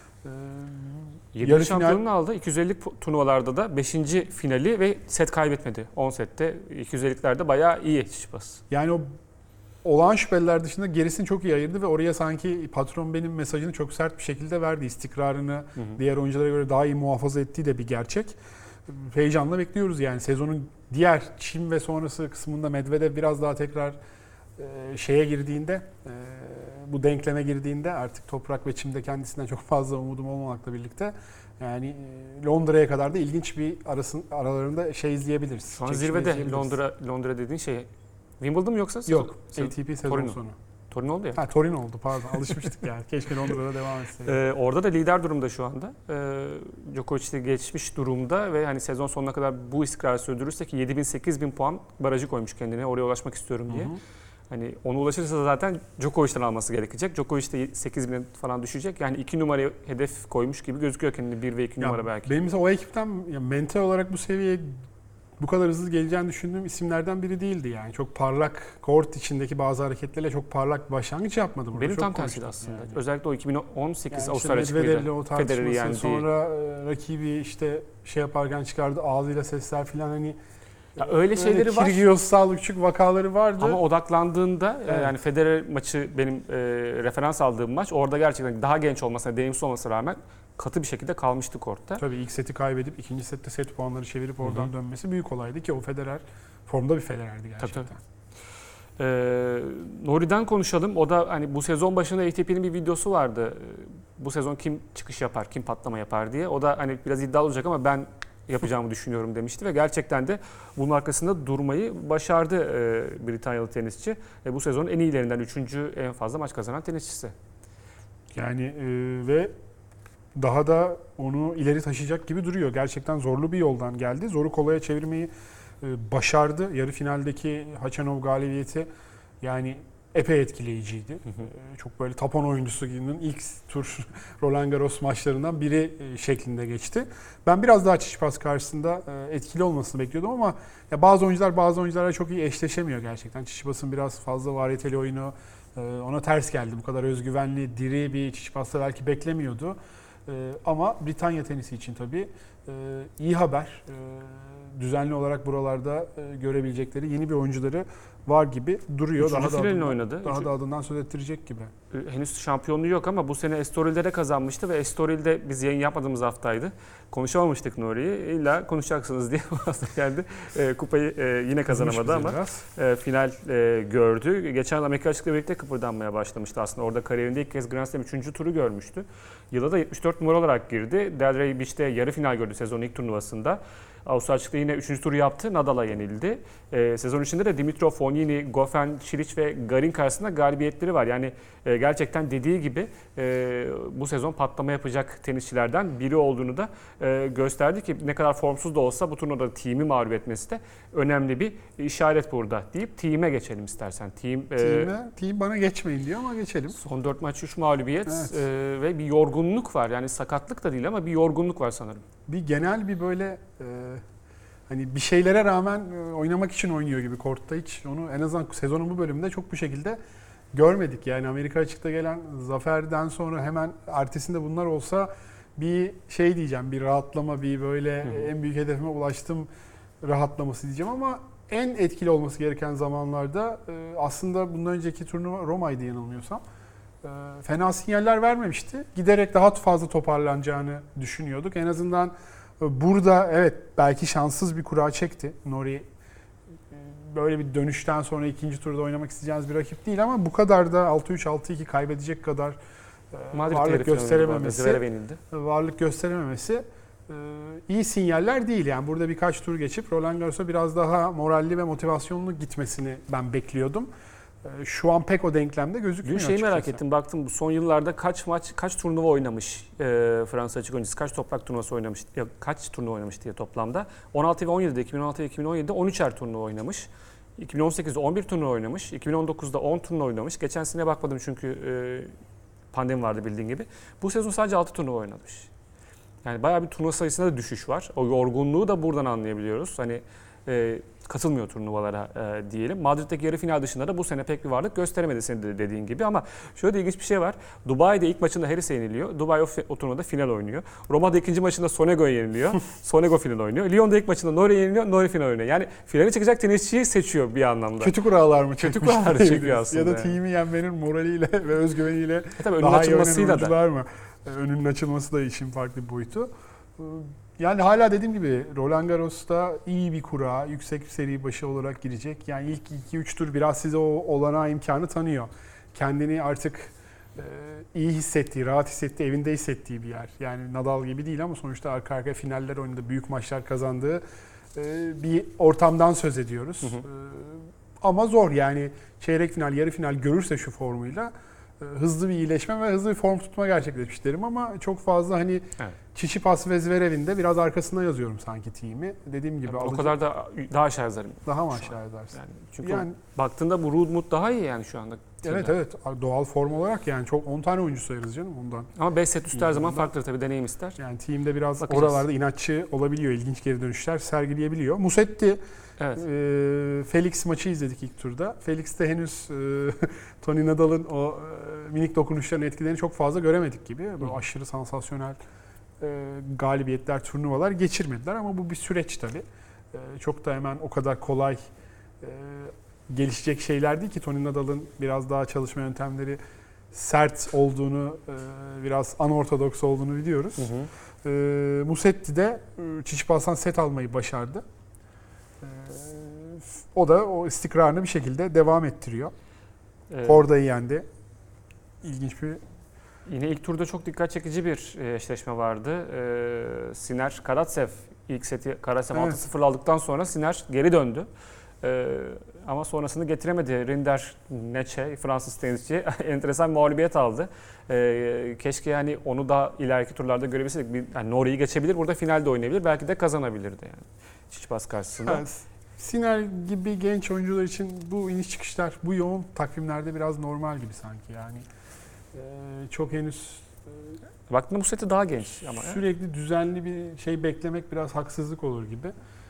Speaker 1: 7
Speaker 2: Yarı
Speaker 1: şampiyonluğunu aldı. 250'lik turnuvalarda da 5. finali ve set kaybetmedi. 10 sette 250'liklerde bayağı iyi Tsitsipas.
Speaker 2: Yani o olağan şüpheliler dışında gerisini çok iyi ayırdı ve oraya sanki patron benim mesajını çok sert bir şekilde verdi. İstikrarını diğer oyunculara göre daha iyi muhafaza ettiği de bir gerçek. Heyecanla bekliyoruz yani sezonun diğer çim ve sonrası kısmında Medvedev biraz daha tekrar şeye girdiğinde, bu denkleme girdiğinde artık toprak ve çimde kendisinden çok fazla umudum olmamakla birlikte yani Londra'ya kadar da ilginç bir aralarında şey izleyebiliriz.
Speaker 1: Şu an
Speaker 2: Çekişme
Speaker 1: zirvede
Speaker 2: izleyebiliriz.
Speaker 1: Londra dediğin şey Wimbledon mu yoksa?
Speaker 2: Yok,
Speaker 1: Sezon-
Speaker 2: ATP sezon
Speaker 1: Torino.
Speaker 2: sonu.
Speaker 1: Torino oldu ya.
Speaker 2: Ha Torino oldu pardon. Alışmıştık yani. Keşke Londra'da devam etseydik.
Speaker 1: Orada da lider durumda şu anda. Djokovic de geçmiş durumda ve hani sezon sonuna kadar bu istikrarı sürdürürse ki 7.000-8.000 puan barajı koymuş kendine oraya ulaşmak istiyorum diye. Hani ona ulaşırsa zaten Djokovic'ten alması gerekecek. Djokovic de 8.000'e falan düşecek. Yani 2 numaraya hedef koymuş gibi gözüküyor kendini 1 ve 2
Speaker 2: Ya
Speaker 1: numara belki.
Speaker 2: benim mesela o ekipten ya mental olarak bu seviyeye bu kadar hızlı geleceğini düşündüğüm isimlerden biri değildi yani. Çok parlak, kort içindeki bazı hareketlerle çok parlak bir başlangıç yapmadı burada.
Speaker 1: Benim
Speaker 2: çok
Speaker 1: tam tersiydi
Speaker 2: konuştuk
Speaker 1: aslında.
Speaker 2: yani.
Speaker 1: Özellikle o 2018
Speaker 2: Yani işte
Speaker 1: Avustralya
Speaker 2: Medvedev'le
Speaker 1: çıkıydı.
Speaker 2: o
Speaker 1: Federer'i
Speaker 2: tartışması,
Speaker 1: yendiği.
Speaker 2: sonra rakibi işte şey yaparken çıkardı ağzıyla sesler falan hani
Speaker 1: Ya öyle şeyleri var.
Speaker 2: Kyrgios'sal küçük vakaları vardı.
Speaker 1: Ama odaklandığında
Speaker 2: Evet.
Speaker 1: yani Federer maçı benim referans aldığım maç orada gerçekten daha genç olmasına, deneyimsiz olmasına rağmen katı bir şekilde kalmıştı kortta.
Speaker 2: Tabii ilk seti kaybedip ikinci sette set puanları çevirip oradan dönmesi büyük olaydı ki o Federer formda bir Federer'di gerçekten.
Speaker 1: Tabii. Nori'den konuşalım. O da hani bu sezon başında ATP'nin bir videosu vardı. Bu sezon kim çıkış yapar, kim patlama yapar diye. O da hani biraz iddialı olacak ama ben yapacağımı düşünüyorum demişti ve gerçekten de bunun arkasında durmayı başardı Britanyalı tenisçi. Bu sezonun en iyilerinden 3. en fazla maç kazanan tenisçisi.
Speaker 2: Yani ve daha da onu ileri taşıyacak gibi duruyor. Gerçekten zorlu bir yoldan geldi. Zoru kolaya çevirmeyi başardı. Yarı finaldeki Hachanov galibiyeti yani epey etkileyiciydi. Çok böyle tapon oyuncusunun ilk tur Roland Garros maçlarından biri şeklinde geçti. Ben biraz daha Tsitsipas karşısında etkili olmasını bekliyordum ama ya bazı oyuncularla çok iyi eşleşemiyor gerçekten. Tsitsipas'ın biraz fazla varyeteli oyunu ona ters geldi. Bu kadar özgüvenli, diri bir Tsitsipas'ta belki beklemiyordu. Ama Britanya tenisi için tabii iyi haber. Düzenli olarak buralarda görebilecekleri yeni bir oyuncuları var gibi duruyor.
Speaker 1: Üçüncü finalini oynadı.
Speaker 2: Daha da adından söz ettirecek gibi.
Speaker 1: Henüz şampiyonluğu yok ama bu sene Estoril'de de kazanmıştı ve Estoril'de biz yayın yapmadığımız haftaydı. Konuşamamıştık Nuri'yi. İlla konuşacaksınız diye bu hafta geldi. Kupayı yine kazanamadı ama final gördü. Geçen yıl Amerika açıkla birlikte kıpırdanmaya başlamıştı aslında. Orada kariyerinde ilk kez Grand Slam 3. turu görmüştü. Yıla da 74 numara olarak girdi. Delray Beach'te yarı final gördü sezonun ilk turnuvasında. Avustralya açıkta yine 3. turu yaptı. Nadal'a yenildi. Sezon içinde de Dimitrov, Fognini, Goffin, Cilic ve Garin karşısında galibiyetleri var. Yani gerçekten dediği gibi bu sezon patlama yapacak tenisçilerden biri olduğunu da gösterdi ki ne kadar formsuz da olsa bu turnuvada team'i mağlup etmesi de önemli bir işaret burada deyip team'e geçelim istersen.
Speaker 2: Team bana geçmeyin diyor ama geçelim.
Speaker 1: Son 4 maç 3 mağlubiyet
Speaker 2: Evet.
Speaker 1: Ve bir yorgunluk var. Yani sakatlık da değil ama bir yorgunluk var sanırım.
Speaker 2: Bir genel bir böyle hani bir şeylere rağmen oynamak için oynuyor gibi kortta hiç onu en azından sezonun bu bölümünde çok bu şekilde görmedik. Yani Amerika açıkta gelen zaferden sonra hemen ertesinde bunlar olsa bir şey diyeceğim, bir rahatlama, bir böyle en büyük hedefime ulaştım rahatlaması diyeceğim ama en etkili olması gereken zamanlarda aslında bundan önceki turnuva Roma'ydı yanılmıyorsam. Fena sinyaller vermemişti. Giderek daha fazla toparlanacağını düşünüyorduk. En azından burada evet belki şanssız bir kura çekti. Nori böyle bir dönüşten sonra ikinci turda oynamak isteyeceğiniz bir rakip değil ama bu kadar da 6-3 6-2 kaybedecek kadar varlık gösterememesi iyi sinyaller değil. Yani burada birkaç tur geçip Roland Garros'a biraz daha moralli ve motivasyonlu gitmesini ben bekliyordum. Şu an pek o denklemde gözükmüyor.
Speaker 1: Dün şeyi merak ettim. Baktım bu son yıllarda kaç turnuva oynamış Fransa açık öncesi, kaç toprak turnuvası oynamış, kaç turnuva oynamış diye toplamda. 16 ve 17'de, 2016 ve 2017'de 13'er turnuva oynamış. 2018'de 11 turnuva oynamış. 2019'da 10 turnuva oynamış. Geçen sene bakmadım çünkü pandemi vardı bildiğin gibi. Bu sezon sadece 6 turnuva oynamış. Yani bayağı bir turnuva sayısında da düşüş var. O yorgunluğu da buradan anlayabiliyoruz. Hani katılmıyor turnuvalara diyelim. Madrid'deki yarı final dışında da bu sene pek bir varlık gösteremedi senin de dediğin gibi ama şöyle de ilginç bir şey var. Dubai'de ilk maçında Harris'e yeniliyor. Dubai o turnuvada final oynuyor. Roma'da ikinci maçında Sonego'ya yeniliyor. Sonego final oynuyor. Lyon'da ilk maçında Nori yeniliyor. Nori final oynuyor. Yani finale çıkacak tenisçiyi seçiyor bir anlamda.
Speaker 2: Kötü kurallar mı?
Speaker 1: Kötü
Speaker 2: çekmiş
Speaker 1: kurallar
Speaker 2: diyebiliriz?
Speaker 1: çekiyor aslında
Speaker 2: Ya da
Speaker 1: yani.
Speaker 2: team'i yenmenin moraliyle ve özgüveniyle
Speaker 1: Tabii önünün
Speaker 2: daha iyi oynayan
Speaker 1: açılmasıyla da.
Speaker 2: oyuncular mı? Önünün açılması da işin farklı bir boyutu. Yani hala dediğim gibi Roland Garros'ta iyi bir kura, yüksek bir seri başı olarak girecek. Yani ilk 2-3 tur biraz size o olanağı imkanı tanıyor. Kendini artık iyi hissettiği, rahat hissettiği, evinde hissettiği bir yer. Yani Nadal gibi değil ama sonuçta arka arkaya finaller oynadı, büyük maçlar kazandığı bir ortamdan söz ediyoruz. Ama zor yani çeyrek final, yarı final görürse şu formuyla hızlı bir iyileşme ve hızlı bir form tutma gerçekleşmiş derim ama çok fazla hani
Speaker 1: Evet.
Speaker 2: Çiçipas ve Zverev'in de biraz arkasına yazıyorum sanki team'i. Dediğim gibi
Speaker 1: O kadar da daha aşağı yazarım.
Speaker 2: daha mı aşağı yazarsın?
Speaker 1: Yani çünkü
Speaker 2: Yani
Speaker 1: baktığında bu Rudmut daha iyi yani şu anda.
Speaker 2: evet doğal form olarak yani çok 10 tane oyuncu sayarız canım ondan.
Speaker 1: Ama 5 set üstü her zaman
Speaker 2: İyi.
Speaker 1: farklıdır tabii, deneyim ister.
Speaker 2: Yani team'de biraz
Speaker 1: Bakacağız.
Speaker 2: oralarda inatçı olabiliyor, ilginç geri dönüşler sergileyebiliyor. Musetti
Speaker 1: Evet.
Speaker 2: Felix maçı izledik ilk turda. Felix'te henüz Tony Nadal'ın o minik dokunuşların etkilerini çok fazla göremedik gibi. Böyle aşırı sansasyonel galibiyetler, turnuvalar geçirmediler ama bu bir süreç tabii. Çok da hemen o kadar kolay gelişecek şeyler değil ki. Tony Nadal'ın biraz daha çalışma yöntemleri sert olduğunu, biraz anortodoks olduğunu biliyoruz. Musetti de Çiçipas'tan set almayı başardı. O da o istikrarını bir şekilde devam ettiriyor. Korda'yı yendi. İlginç bir...
Speaker 1: Yine ilk turda çok dikkat çekici bir eşleşme vardı. Sinner Karatsev ilk seti Karatsev
Speaker 2: Evet.
Speaker 1: 6-0 aldıktan sonra Sinner geri döndü. Ama sonrasını getiremedi. Rinder Neche, Fransız tenisçi enteresan bir mağlubiyet aldı. Keşke yani onu da ileriki turlarda görebilseydik. Yani Nori'yi geçebilir, burada finalde oynayabilir. Belki de kazanabilirdi yani. Çiçipas karşısında.
Speaker 2: Evet. Sinner gibi genç oyuncular için bu iniş çıkışlar, bu yoğun takvimlerde biraz normal gibi sanki yani. Çok henüz
Speaker 1: Baktığında bu seti daha genç ama.
Speaker 2: sürekli düzenli bir şey beklemek biraz haksızlık olur gibi.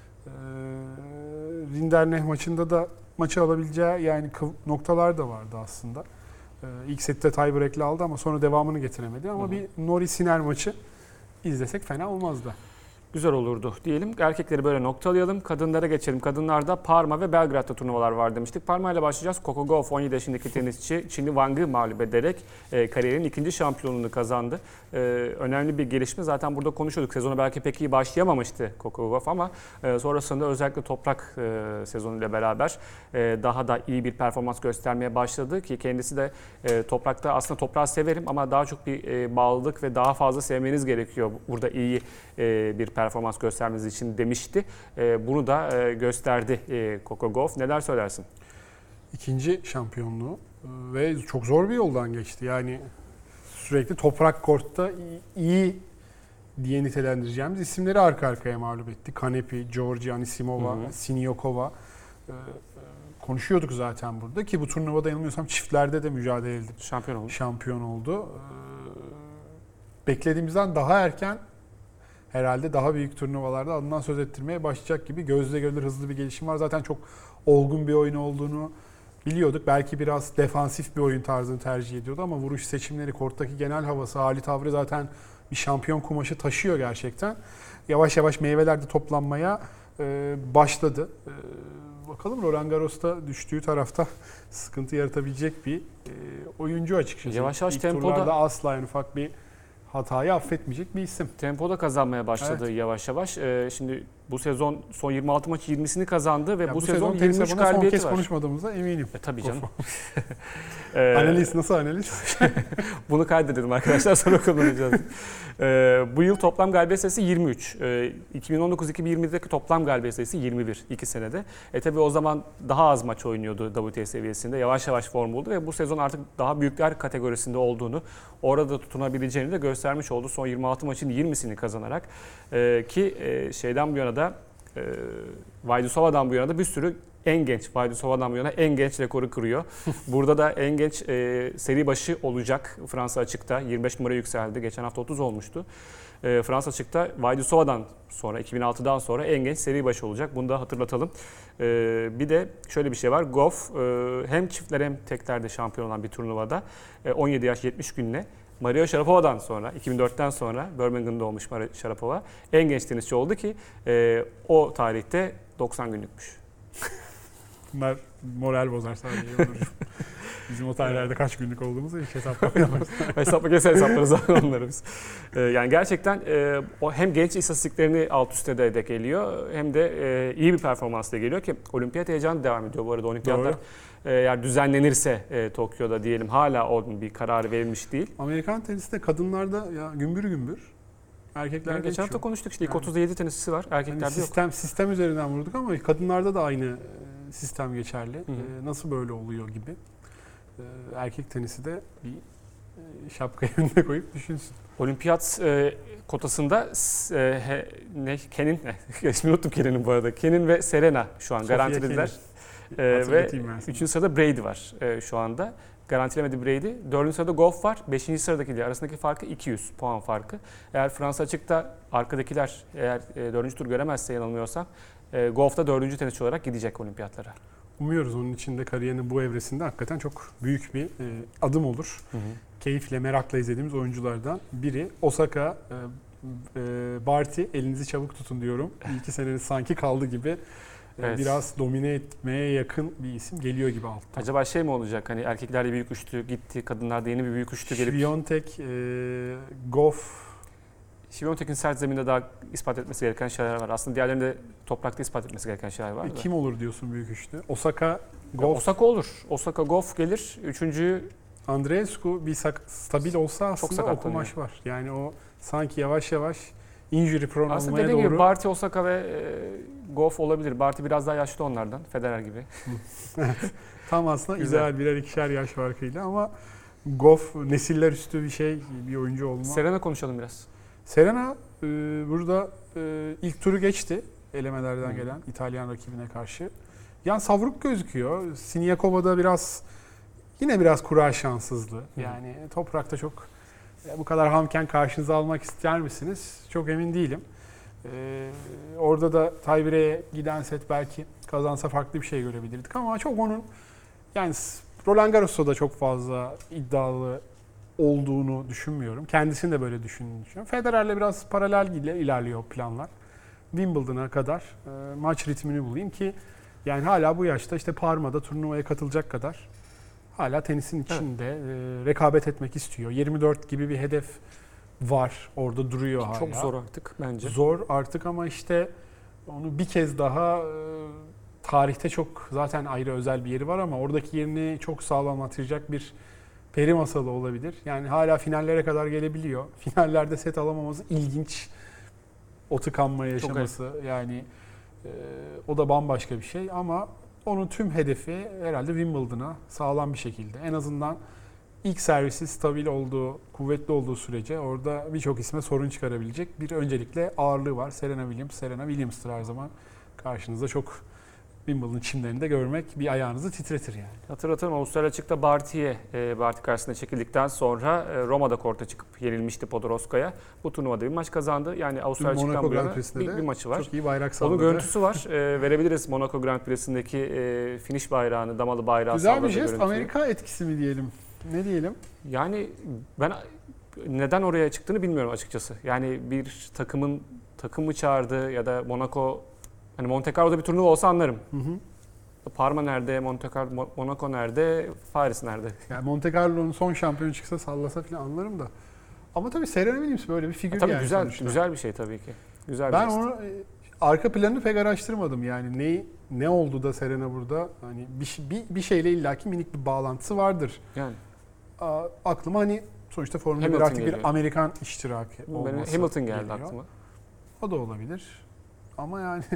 Speaker 2: Rinderknech maçında da maçı alabileceği yani noktalar da vardı aslında. İlk sette tiebreak'le aldı ama sonra devamını getiremedi. Ama bir Nori-Sinner maçı izlesek fena olmazdı.
Speaker 1: Güzel olurdu diyelim. Erkekleri böyle noktalayalım. Kadınlara geçelim. Kadınlarda Parma ve Belgrad'da turnuvalar var demiştik. Parma ile başlayacağız. Coco Gauff 17 yaşındaki tenisçi Çinli Wang'ı mağlup ederek kariyerinin ikinci şampiyonluğunu kazandı. Önemli bir gelişme. Zaten burada konuşuyorduk. Sezonu belki pek iyi başlayamamıştı Coco Gauff ama sonrasında özellikle toprak sezonuyla beraber daha da iyi bir performans göstermeye başladı ki kendisi de toprakta aslında toprağı severim ama daha çok bir bağlılık ve daha fazla sevmeniz gerekiyor burada iyi bir performans göstermeniz için demişti. Bunu da gösterdi Coco Gauff. Neler söylersin?
Speaker 2: İkinci şampiyonluğu ve çok zor bir yoldan geçti. Yani sürekli toprak kortta iyi diye nitelendireceğimiz isimleri arka arkaya mağlup etti. Kanepi, Georgia Anisimova, Siniakova. Konuşuyorduk zaten burada ki bu turnuvada yanılmıyorsam çiftlerde de mücadele edip şampiyon oldu. Beklediğimizden daha erken herhalde daha büyük turnuvalarda adından söz ettirmeye başlayacak gibi, gözle görülür hızlı bir gelişim var. Zaten çok olgun bir oyun olduğunu biliyorduk. Belki biraz defansif bir oyun tarzını tercih ediyordu ama vuruş seçimleri, korttaki genel havası, hali tavrı zaten bir şampiyon kumaşı taşıyor gerçekten. Yavaş yavaş meyveler de toplanmaya başladı. Bakalım Roland Garros'ta düştüğü tarafta sıkıntı yaratabilecek bir oyuncu açıkçası.
Speaker 1: Yavaş yavaş
Speaker 2: İlk
Speaker 1: tempoda-
Speaker 2: turlarda asla en ufak bir hatayı affetmeyecek bir isim.
Speaker 1: Tempoda kazanmaya başladı yavaş yavaş. Şimdi bu sezon son 26 maçı 20'sini kazandı ve
Speaker 2: Ya
Speaker 1: bu sezon
Speaker 2: tenis
Speaker 1: 23
Speaker 2: hesabında son
Speaker 1: galibiyeti
Speaker 2: kez
Speaker 1: var.
Speaker 2: konuşmadığımıza eminim.
Speaker 1: Tabii canım.
Speaker 2: Analiz nasıl analiz?
Speaker 1: Bunu kaydedelim arkadaşlar, sonra kullanacağız. Bu yıl toplam galibiyet sayısı 23. 2019-2020'deki toplam galibiyet sayısı 21 2 senede. Tabii o zaman daha az maç oynuyordu WTA seviyesinde. Yavaş yavaş form buldu ve bu sezon artık daha büyükler kategorisinde olduğunu, orada tutunabileceğini de göstermiş oldu. Son 26 maçın 20'sini kazanarak ki şeyden bu yana da Vaidisova'dan bu yana da bir sürü en genç, Vaidisova'dan bu yana en genç rekoru kırıyor. Burada da en genç seri başı olacak Fransa açıkta. 25 numara yükseldi. Geçen hafta 30 olmuştu. Fransa açıkta Vaidisova'dan sonra, 2006'dan sonra en genç seri başı olacak. Bunu da hatırlatalım. Bir de şöyle bir şey var. Gauff hem çiftler hem teklerde şampiyon olan bir turnuvada 17 yaş 70 günle Maria Sharapova'dan sonra, 2004'ten sonra Birmingham'da doğmuş Maria Sharapova en genç tenisçi oldu ki o tarihte 90 günlükmüş.
Speaker 2: Bunlar moral bozar sadece. Onur. Bizim o tarihlerde kaç günlük olduğumuzu hiç hesaplamayalım.
Speaker 1: Hesaplarız onları biz. Yani gerçekten o hem genç istatistiklerini alt üste de geliyor hem de iyi bir performansla geliyor ki olimpiyat heyecanı devam ediyor bu arada. Olimpiyatlar eğer düzenlenirse Tokyo'da diyelim hala onun bir kararı verilmiş değil.
Speaker 2: Amerikan teniste kadınlarda ya gümbür gümbür. Erkeklerde
Speaker 1: Geçen hafta konuştuk işte ilk 37 tenisçisi var. Erkeklerde yok.
Speaker 2: Sistem üzerinden vurduk ama kadınlarda da aynı sistem geçerli. Nasıl böyle oluyor gibi. Erkek tenisi de bir şapkayı önüne koyup düşünsün.
Speaker 1: Olimpiyat kotasında Kenin, ismini unuttum Kenin'in bu arada. Kenin ve Serena şu an
Speaker 2: Sofia
Speaker 1: garantilediler. Ve
Speaker 2: Hatırlatayım ben sana.
Speaker 1: 3. sırada Brady var şu anda. Garantilemedi Brady. 4. sırada Gauff var. 5. sıradaki arasındaki farkı 200 puan farkı. Eğer Fransa açıkta arkadakiler eğer 4. tur göremezse yanılmıyorsam Gauff da 4. tenisçi olarak gidecek olimpiyatlara.
Speaker 2: Umuyoruz onun için de kariyerinin bu evresinde hakikaten çok büyük bir adım olur. Keyifle, merakla izlediğimiz oyunculardan biri. Osaka, Barty, elinizi çabuk tutun diyorum. 2 seneniz sanki kaldı gibi.
Speaker 1: Evet.
Speaker 2: Biraz domine etmeye yakın bir isim geliyor gibi altta.
Speaker 1: Acaba şey mi olacak? Hani erkeklerde büyük üçlü gitti, kadınlarda yeni bir büyük üçlü gelip...
Speaker 2: Świątek, Gauff.
Speaker 1: Świątek'in sert zeminde daha ispat etmesi gereken şeyler var. Aslında diğerlerinde toprakta ispat etmesi gereken şeyler var da.
Speaker 2: Kim olur diyorsun büyük üçlü? Osaka, Gauff.
Speaker 1: Ya Osaka olur. Osaka, Gauff gelir. Üçüncüyü
Speaker 2: Andreescu bir stabil olsa aslında o kumaş var. Yani o sanki yavaş yavaş injury prone
Speaker 1: aslında
Speaker 2: olmaya
Speaker 1: dediğim gibi
Speaker 2: doğru.
Speaker 1: Barty, Osaka ve Gauff olabilir. Barty biraz daha yaşlı onlardan. Federer gibi.
Speaker 2: Tam aslında
Speaker 1: Güzel.
Speaker 2: ideal birer ikişer yaş farkıyla ama Gauff nesiller üstü bir oyuncu olma.
Speaker 1: Serena konuşalım biraz.
Speaker 2: Serena burada ilk turu geçti elemelerden gelen İtalyan rakibine karşı. Yani savruk gözüküyor. Siniakova'da yine biraz kura şanssızlığı. Yani toprakta çok bu kadar hamken karşınıza almak ister misiniz? Çok emin değilim. Orada da tie-break'e giden set belki kazansa farklı bir şey görebilirdik ama çok onun yani Roland Garros'ta da çok fazla iddialı olduğunu düşünmüyorum. Kendisinin de böyle düşündüğünü düşünüyorum. Federer'le biraz paralel ilerliyor planlar. Wimbledon'a kadar maç ritmini bulayım ki yani hala bu yaşta işte Parma'da turnuvaya katılacak kadar hala tenisin içinde rekabet etmek istiyor. 24 gibi bir hedef var. Orada duruyor hala.
Speaker 1: Çok zor artık bence.
Speaker 2: Zor artık ama işte onu bir kez daha tarihte çok zaten ayrı özel bir yeri var ama oradaki yerini çok sağlamlatacak bir peri masalı olabilir. Yani hala finallere kadar gelebiliyor. Finallerde set alamaması ilginç. O tıkanma yaşaması yani o da bambaşka bir şey ama onun tüm hedefi herhalde Wimbledon'a sağlam bir şekilde en azından ilk servisi stabil olduğu, kuvvetli olduğu sürece orada birçok isme sorun çıkarabilecek bir öncelikle ağırlığı var. Serena Williams'tır her zaman karşınızda çok Wimbledon çimlerinde görmek bir ayağınızı titretir yani.
Speaker 1: Hatırlatalım Avustralya açıkta Barty'ye Barty karşısında çekildikten sonra Roma'da korta çıkıp yenilmişti Podoroska'ya. Bu turnuvada bir maç kazandı. Yani Avustralya açıktan
Speaker 2: Monaco
Speaker 1: bu
Speaker 2: Grand
Speaker 1: yana
Speaker 2: Prix'sinde
Speaker 1: bir maçı var.
Speaker 2: çok iyi bayrak salladı.
Speaker 1: Onun görüntüsü var. Verebiliriz Monaco Grand Prix'sindeki finish bayrağını, damalı bayrağı
Speaker 2: Güzel
Speaker 1: salladığı
Speaker 2: bir jest.
Speaker 1: görüntüyü.
Speaker 2: Amerika etkisi mi diyelim? Ne diyelim?
Speaker 1: Yani ben neden oraya çıktığını bilmiyorum açıkçası. Yani bir takım mı çağırdı ya da hani Monte Carlo'da bir turnuva olsa anlarım. Parma nerede, Monaco nerede, Paris nerede?
Speaker 2: Yani Monte Carlo'nun son şampiyonu çıksa sallasa falan anlarım da. Ama tabii Serena Williams böyle bir figür
Speaker 1: Tabii
Speaker 2: yani
Speaker 1: güzel,
Speaker 2: sonuçta.
Speaker 1: güzel bir şey tabii ki. Güzel
Speaker 2: Ben
Speaker 1: bir jest.
Speaker 2: onu arka planını pek araştırmadım yani ne oldu da Serena burada hani bir şeyle illaki minik bir bağlantısı vardır.
Speaker 1: Yani
Speaker 2: Aklıma hani sonuçta Formula 1
Speaker 1: Hamilton
Speaker 2: artık
Speaker 1: geliyor.
Speaker 2: bir Amerikan iştiraki
Speaker 1: benim
Speaker 2: olması
Speaker 1: Hamilton geldi
Speaker 2: geliyor.
Speaker 1: aklıma.
Speaker 2: O da olabilir. Ama yani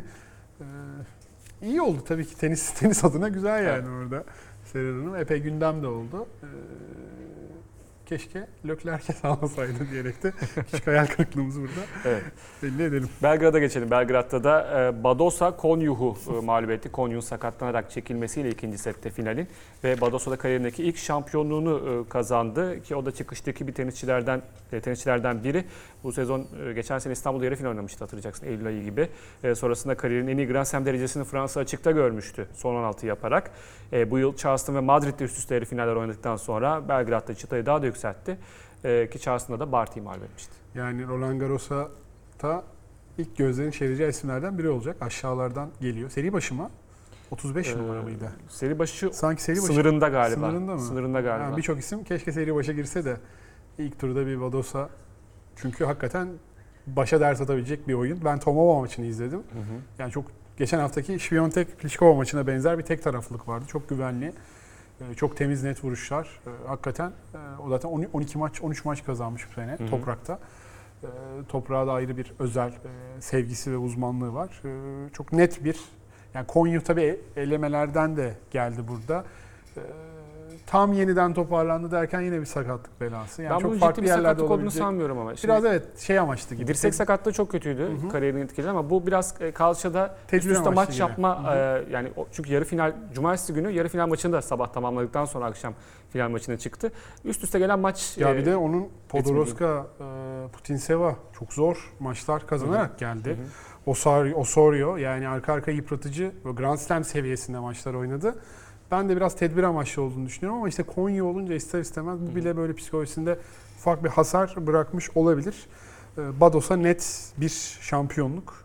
Speaker 2: iyi oldu tabii ki tenis adına güzel yani orada. Serena'nın epey gündem de oldu. keşke Leclerc'e sağlasaydı diyerek de küçük hayal kırıklığımızı burada
Speaker 1: Evet.
Speaker 2: belli edelim.
Speaker 1: Belgrad'a geçelim. Belgrad'da da Badosa Konyuh'u mağlup etti. Konyuh'un sakatlanarak çekilmesiyle ikinci sette finalin ve Badosa da kariyerindeki ilk şampiyonluğunu kazandı ki o da çıkıştaki bir tenisçilerden biri. Bu sezon geçen sene İstanbul'da yarı final oynamıştı, hatırlayacaksın, Eylül ayı gibi. Sonrasında kariyerinin en iyi Grand Slam derecesini Fransa açıkta görmüştü son 16 yaparak. Bu yıl Charleston ve Madrid'de üst üste yarı finaller oynadıktan sonra Belgrad'da çıtayı daha da yükseltti. Ki Charleston'da da Barty'yi mağlup etmişti.
Speaker 2: Yani Roland Garros'a da ilk gözlerin çevireceği isimlerden biri olacak. Aşağılardan geliyor. Seri başı mı? 35 numara mıydı?
Speaker 1: Seri başı
Speaker 2: Sanki seri başı.
Speaker 1: sınırında galiba.
Speaker 2: Sınırında mı?
Speaker 1: Sınırında galiba.
Speaker 2: Yani birçok isim keşke seri başa girse de ilk turda bir Badosa. Çünkü hakikaten başa ders atabilecek bir oyun. Ben Tomova maçını izledim. Yani çok geçen haftaki Świątek-Pliskova maçına benzer bir tek taraflılık vardı. Çok güvenli, çok temiz net vuruşlar. Hakikaten o zaten 12 maç, 13 maç kazanmış bu sene Toprak'ta. Toprağa da ayrı bir özel sevgisi ve uzmanlığı var. Çok net bir, yani Konya tabii elemelerden de geldi burada. Tam yeniden toparlandı derken yine bir sakatlık belası. Yani
Speaker 1: ben
Speaker 2: çok
Speaker 1: bunun
Speaker 2: farklı
Speaker 1: ciddi bir
Speaker 2: yerlerde
Speaker 1: sakatlık olduğunu
Speaker 2: olabilecek.
Speaker 1: sanmıyorum ama. Şimdi
Speaker 2: Biraz evet şey amaçlı gibi.
Speaker 1: dirsek sakatlığı çok kötüydü, kariyerini etkiledi ama bu biraz kalçada üst
Speaker 2: Tecrübe
Speaker 1: üste
Speaker 2: amaçlı
Speaker 1: maç
Speaker 2: gibi.
Speaker 1: yapma yani çünkü yarı final cumartesi günü yarı final maçını da sabah tamamladıktan sonra akşam final maçına çıktı. Üst üste gelen maç
Speaker 2: Ya bir de onun Podoroska, Putinseva çok zor maçlar kazanarak geldi. Osorio yani arka arka yıpratıcı ve Grand Slam seviyesinde maçlar oynadı. Ben de biraz tedbir amaçlı olduğunu düşünüyorum ama işte Konya olunca ister istemez bu bile böyle psikolojisinde ufak bir hasar bırakmış olabilir. Badosa net bir şampiyonluk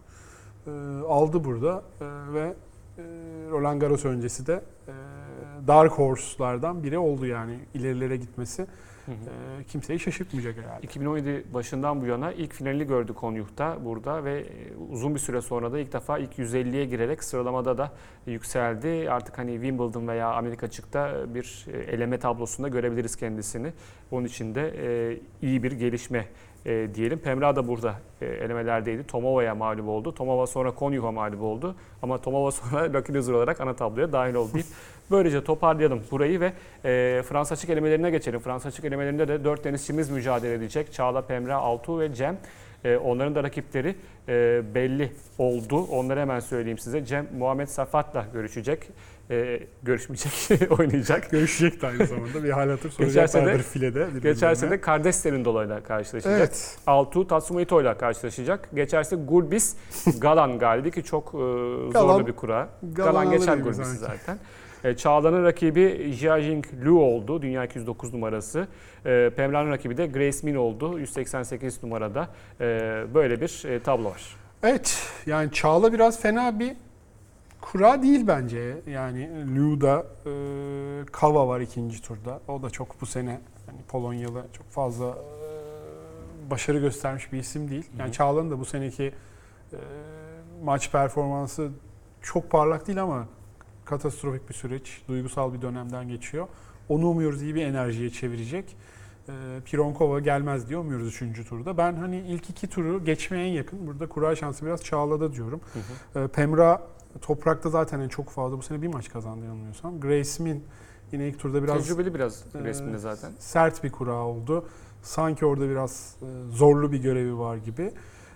Speaker 2: aldı burada ve Roland Garros öncesi de Dark Horse'lardan biri oldu yani ilerilere gitmesi. Kimseyi şaşırtmayacak herhalde.
Speaker 1: 2017 başından bu yana ilk finalini gördü Konyuh'ta burada ve uzun bir süre sonra da ilk defa ilk 150'ye girerek sıralamada da yükseldi. Artık hani Wimbledon veya Amerika açıkta bir eleme tablosunda görebiliriz kendisini. Onun için de iyi bir gelişme diyelim. Pemra da burada elemelerdeydi. Tomova'ya mağlup oldu. Tomova sonra Konyuh'a mağlup oldu. Ama Tomova sonra Lucky Loser olarak ana tabloya dahil oldu deyip böylece toparlayalım burayı ve Fransa açık elemelerine geçelim. Fransa açık elemelerinde de 4 tenisçimiz mücadele edecek. Çağla, Pemra, Altuğ ve Cem. Onların da rakipleri belli oldu. Onları hemen söyleyeyim size. Cem Muhammed Safat'la görüşecek. Görüşmeyecek, oynayacak.
Speaker 2: Görüşecek de aynı zamanda bir hal hatır
Speaker 1: Geçerse
Speaker 2: soracaklardır
Speaker 1: de-
Speaker 2: filede.
Speaker 1: Geçerse de kardeş Serindola'yla karşılaşacak.
Speaker 2: Evet.
Speaker 1: Altuğ Tatsumo Ito'yla karşılaşacak. Geçerse Gulbis Galan galibi ki çok zorlu
Speaker 2: Galan-
Speaker 1: bir kura.
Speaker 2: Galan
Speaker 1: Galan geçer
Speaker 2: alır gibi
Speaker 1: Gulbis'i
Speaker 2: sanki.
Speaker 1: zaten. Çağla'nın rakibi Jiajing Liu oldu. Dünya 209 numarası. Pemra'nın rakibi de Grace Min oldu. 188 numarada. Böyle bir tablo var.
Speaker 2: Evet yani Çağla biraz fena bir kura değil bence. Yani Liu'da Kava var ikinci turda. O da çok bu sene hani Polonyalı çok fazla başarı göstermiş bir isim değil. Yani Çağla'nın da bu seneki maç performansı çok parlak değil ama katastrofik bir süreç, duygusal bir dönemden geçiyor. Onu umuyoruz iyi bir enerjiye çevirecek. Pironkova gelmez diye umuyoruz 3. turda. Ben hani ilk 2 turu geçmeye en yakın. Burada kura şansı biraz Çağla'da diyorum. Pemra Toprak'ta zaten en çok fazla bu sene bir maç kazandı yanılmıyorsam. Grace Min yine ilk turda biraz
Speaker 1: Tecrübeli biraz resminde zaten.
Speaker 2: sert bir kura oldu. Sanki orada biraz zorlu bir görevi var gibi.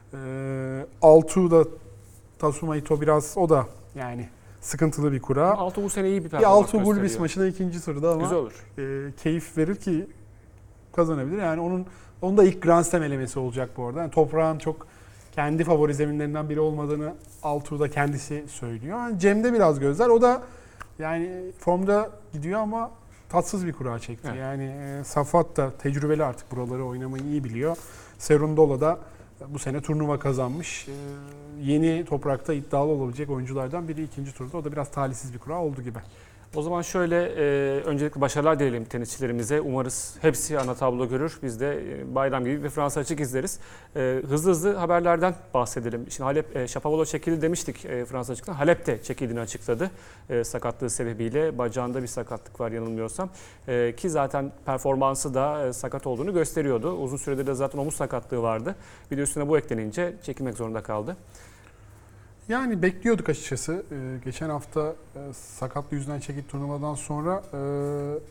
Speaker 2: Altuğ'da Tatsuma Ito biraz o da yani sıkıntılı bir kura.
Speaker 1: Altuğ bu sene iyi bir
Speaker 2: Bir
Speaker 1: performans
Speaker 2: Altuğ Gulbis
Speaker 1: gösteriyor.
Speaker 2: maçında ikinci turda ama
Speaker 1: Güzel olur.
Speaker 2: keyif verir ki kazanabilir. Yani onun da ilk Grand Slam elemesi olacak bu arada. Yani Toprağın çok kendi favori zeminlerinden biri olmadığını Altuğ'da kendisi söylüyor. Yani Cem'de biraz gözler. O da yani formda gidiyor ama tatsız bir kura çekti.
Speaker 1: Evet.
Speaker 2: Yani Safat da tecrübeli artık buraları oynamayı iyi biliyor. Serundola da bu sene turnuva kazanmış. Yeni Toprak'ta iddialı olabilecek oyunculardan biri ikinci turda. O da biraz talihsiz bir kura oldu gibi.
Speaker 1: O zaman şöyle öncelikle başarılar dileyelim tenisçilerimize. Umarız hepsi ana tablo görür. Biz de bayram gibi bir Fransa açık izleriz. Hızlı hızlı haberlerden bahsedelim. Şimdi Halep, Shapovalov çekildi demiştik Fransa açıktan. Halep de çekildiğini açıkladı. Sakatlığı sebebiyle bacağında bir sakatlık var yanılmıyorsam. Ki zaten performansı da sakat olduğunu gösteriyordu. Uzun süredir de zaten omuz sakatlığı vardı. Bir de üstüne bu eklenince çekilmek zorunda kaldı.
Speaker 2: Yani bekliyorduk açıkçası. Geçen hafta sakatlığı yüzünden çekildi turnuvadan sonra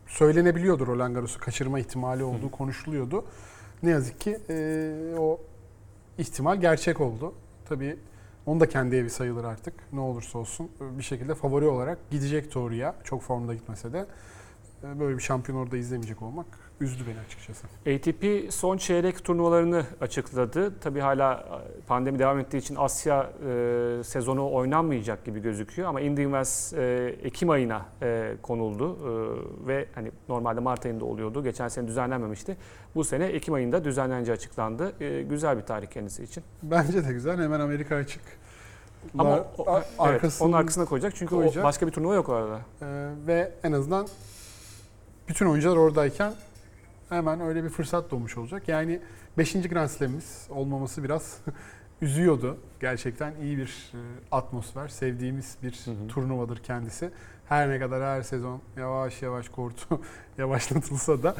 Speaker 2: söylenebiliyordu, Roland Garros'u kaçırma ihtimali olduğu konuşuluyordu. Ne yazık ki o ihtimal gerçek oldu. Tabii onun da kendi evi sayılır artık. Ne olursa olsun bir şekilde favori olarak gidecekti oraya. Çok formda gitmese de böyle bir şampiyon orada izlemeyecek olmak üzdü beni açıkçası.
Speaker 1: ATP son çeyrek turnuvalarını açıkladı. Tabii hala pandemi devam ettiği için Asya sezonu oynanmayacak gibi gözüküyor ama Indian Wells Ekim ayına konuldu ve hani normalde Mart ayında oluyordu. Geçen sene düzenlenmemişti. Bu sene Ekim ayında düzenleneceği açıklandı. Güzel bir tarih kendisi için.
Speaker 2: Bence de güzel. Hemen Amerika açık.
Speaker 1: Ama evet, onun arkasına koyacak çünkü
Speaker 2: koyacak.
Speaker 1: Başka bir turnuva yok orada.
Speaker 2: Ve en azından bütün oyuncular oradayken hemen öyle bir fırsat doğmuş olacak. Yani 5. Grand Slam'imiz olmaması biraz üzüyordu. Gerçekten iyi bir atmosfer, sevdiğimiz bir turnuvadır kendisi. Her ne kadar her sezon yavaş yavaş kortu yavaşlatılsa da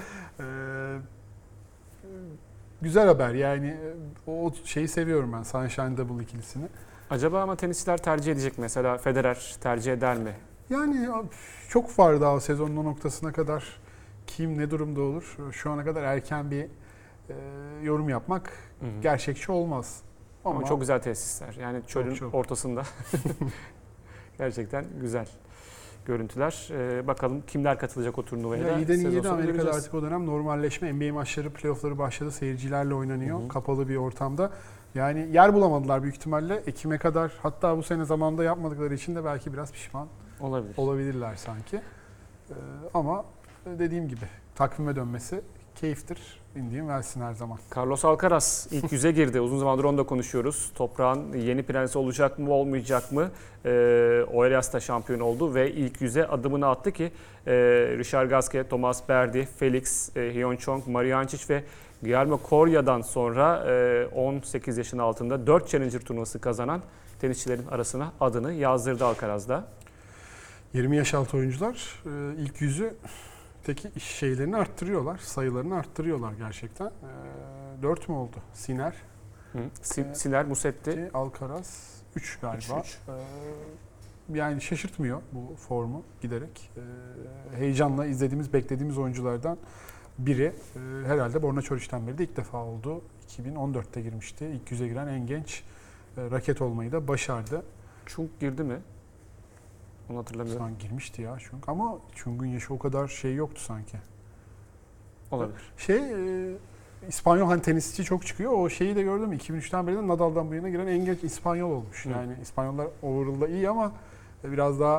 Speaker 2: güzel haber. Yani o şeyi seviyorum ben, Sunshine Double ikilisini.
Speaker 1: Acaba ama tenisçiler tercih edecek mesela Federer tercih eder mi?
Speaker 2: Yani çok var daha sezonun o noktasına kadar. Kim ne durumda olur? Şu ana kadar erken bir yorum yapmak gerçekçi olmaz.
Speaker 1: Ama çok güzel tesisler. Yani çölün
Speaker 2: çok.
Speaker 1: ortasında. Gerçekten güzel görüntüler. Bakalım kimler katılacak o turnuvaya da.
Speaker 2: İyiden
Speaker 1: Sezon
Speaker 2: iyi de
Speaker 1: sonu
Speaker 2: Amerika'da
Speaker 1: göreceğiz.
Speaker 2: artık o dönem normalleşme. NBA maçları, playoff'ları başladı. Seyircilerle oynanıyor. Kapalı bir ortamda. Yani yer bulamadılar büyük ihtimalle. Ekim'e kadar, hatta bu sene zamanında yapmadıkları için de belki biraz pişman olabilirler sanki. Ama dediğim gibi takvime dönmesi keyiftir. Indian Wells'in her zaman.
Speaker 1: Carlos Alcaraz ilk yüze girdi. Uzun zamandır onu da konuşuyoruz. Toprağın yeni prensi olacak mı, olmayacak mı? Oelias da şampiyon oldu ve ilk yüze adımını attı ki Richard Gasquet, Thomas Berdych, Felix Hyun-Chong, Mario Ancic ve Guillermo Corya'dan sonra 18 yaşın altında 4 Challenger turnuvası kazanan tenisçilerin arasına adını yazdırdı Alcaraz'da.
Speaker 2: 20 yaş altı oyuncular ilk yüzü teki şeylerini arttırıyorlar, sayılarını arttırıyorlar gerçekten. 4 mü oldu? Sinner,
Speaker 1: Sinner, Musetti,
Speaker 2: Alcaraz, 3 galiba.
Speaker 1: 3.
Speaker 2: Yani şaşırtmıyor bu formu giderek. Heyecanla izlediğimiz, beklediğimiz oyunculardan biri. Herhalde Borna Çoriç'ten beri de ilk defa oldu. 2014'te girmişti. İlk yüze giren en genç raket olmayı da başardı.
Speaker 1: Chung girdi mi? Onu hatırlamıyorum.
Speaker 2: Sanki girmişti ya Chung. Ama Chung'un yaşı o kadar şey yoktu sanki.
Speaker 1: Olabilir.
Speaker 2: İspanyol hani tenisçi çok çıkıyor. O şeyi de gördüm. 2003'ten beri de Nadal'dan bu yana giren en genç İspanyol olmuş. Yani İspanyollar overall'da iyi ama biraz daha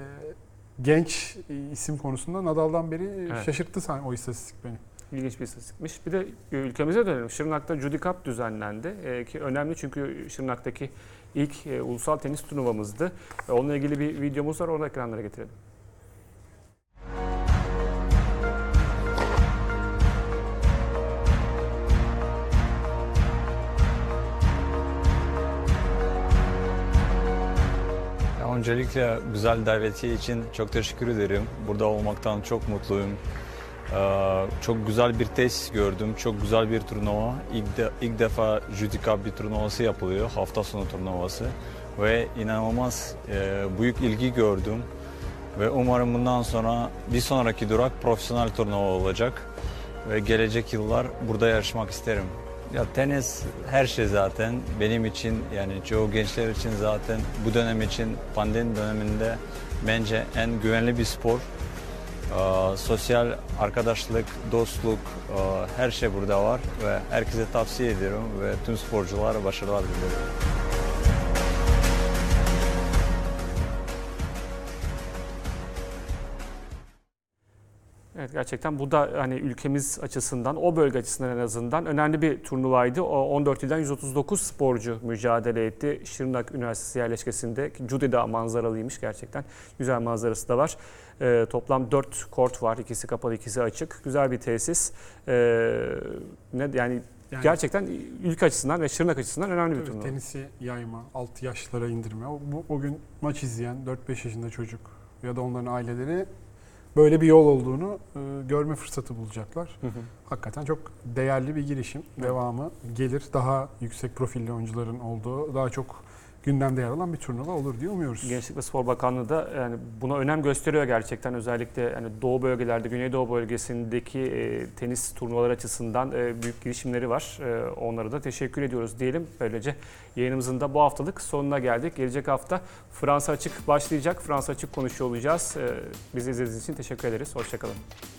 Speaker 2: genç isim konusunda Nadal'dan beri şaşırttı o istatistik beni.
Speaker 1: İlginç bir istatistikmiş. Bir de ülkemize dönelim. Şırnak'ta Judy Cup düzenlendi. Ki önemli çünkü Şırnak'taki ilk ulusal tenis turnuvamızdı. Onunla ilgili bir videomuz var. Onu ekranlara getirelim.
Speaker 5: Öncelikle güzel davetiye için çok teşekkür ederim. Burada olmaktan çok mutluyum. Çok güzel bir tesis gördüm. Çok güzel bir turnuva. İlk defa Judy Cup bir turnuvası yapılıyor. Hafta sonu turnuvası. Ve inanılmaz büyük ilgi gördüm. Ve umarım bundan sonra bir sonraki durak profesyonel turnuva olacak. Ve gelecek yıllar burada yarışmak isterim. Ya tenis her şey zaten benim için, yani çoğu gençler için zaten bu dönem için, pandemi döneminde bence en güvenli bir spor. Sosyal arkadaşlık, dostluk, her şey burada var ve herkese tavsiye ediyorum ve tüm sporculara başarılar diliyorum.
Speaker 1: Evet, gerçekten bu da hani ülkemiz açısından, o bölge açısından en azından önemli bir turnuvaydı. O 14 ilden 139 sporcu mücadele etti. Şırnak Üniversitesi yerleşkesinde. Judy de manzaralıymış gerçekten. Güzel manzarası da var. Toplam 4 kort var. İkisi kapalı, ikisi açık. Güzel bir tesis. Yani gerçekten ülke açısından ve Şırnak açısından önemli bir turnuva.
Speaker 2: Tenisi yayma, alt yaşlara indirme. O gün maç izleyen 4-5 yaşında çocuk ya da onların aileleri böyle bir yol olduğunu görme fırsatı bulacaklar. Hakikaten çok değerli bir girişim. Devamı gelir. Daha yüksek profilli oyuncuların olduğu, daha çok gündemde yer alan bir turnuva olur diye umuyoruz.
Speaker 1: Gençlik ve Spor Bakanlığı da yani buna önem gösteriyor gerçekten. Özellikle yani doğu bölgelerde, Güneydoğu bölgesindeki tenis turnuvaları açısından büyük girişimleri var. Onlara da teşekkür ediyoruz diyelim. Böylece yayınımızın da bu haftalık sonuna geldik. Gelecek hafta Fransa Açık başlayacak. Fransa Açık konuşuyor olacağız. Bizi izlediğiniz için teşekkür ederiz. Hoşçakalın.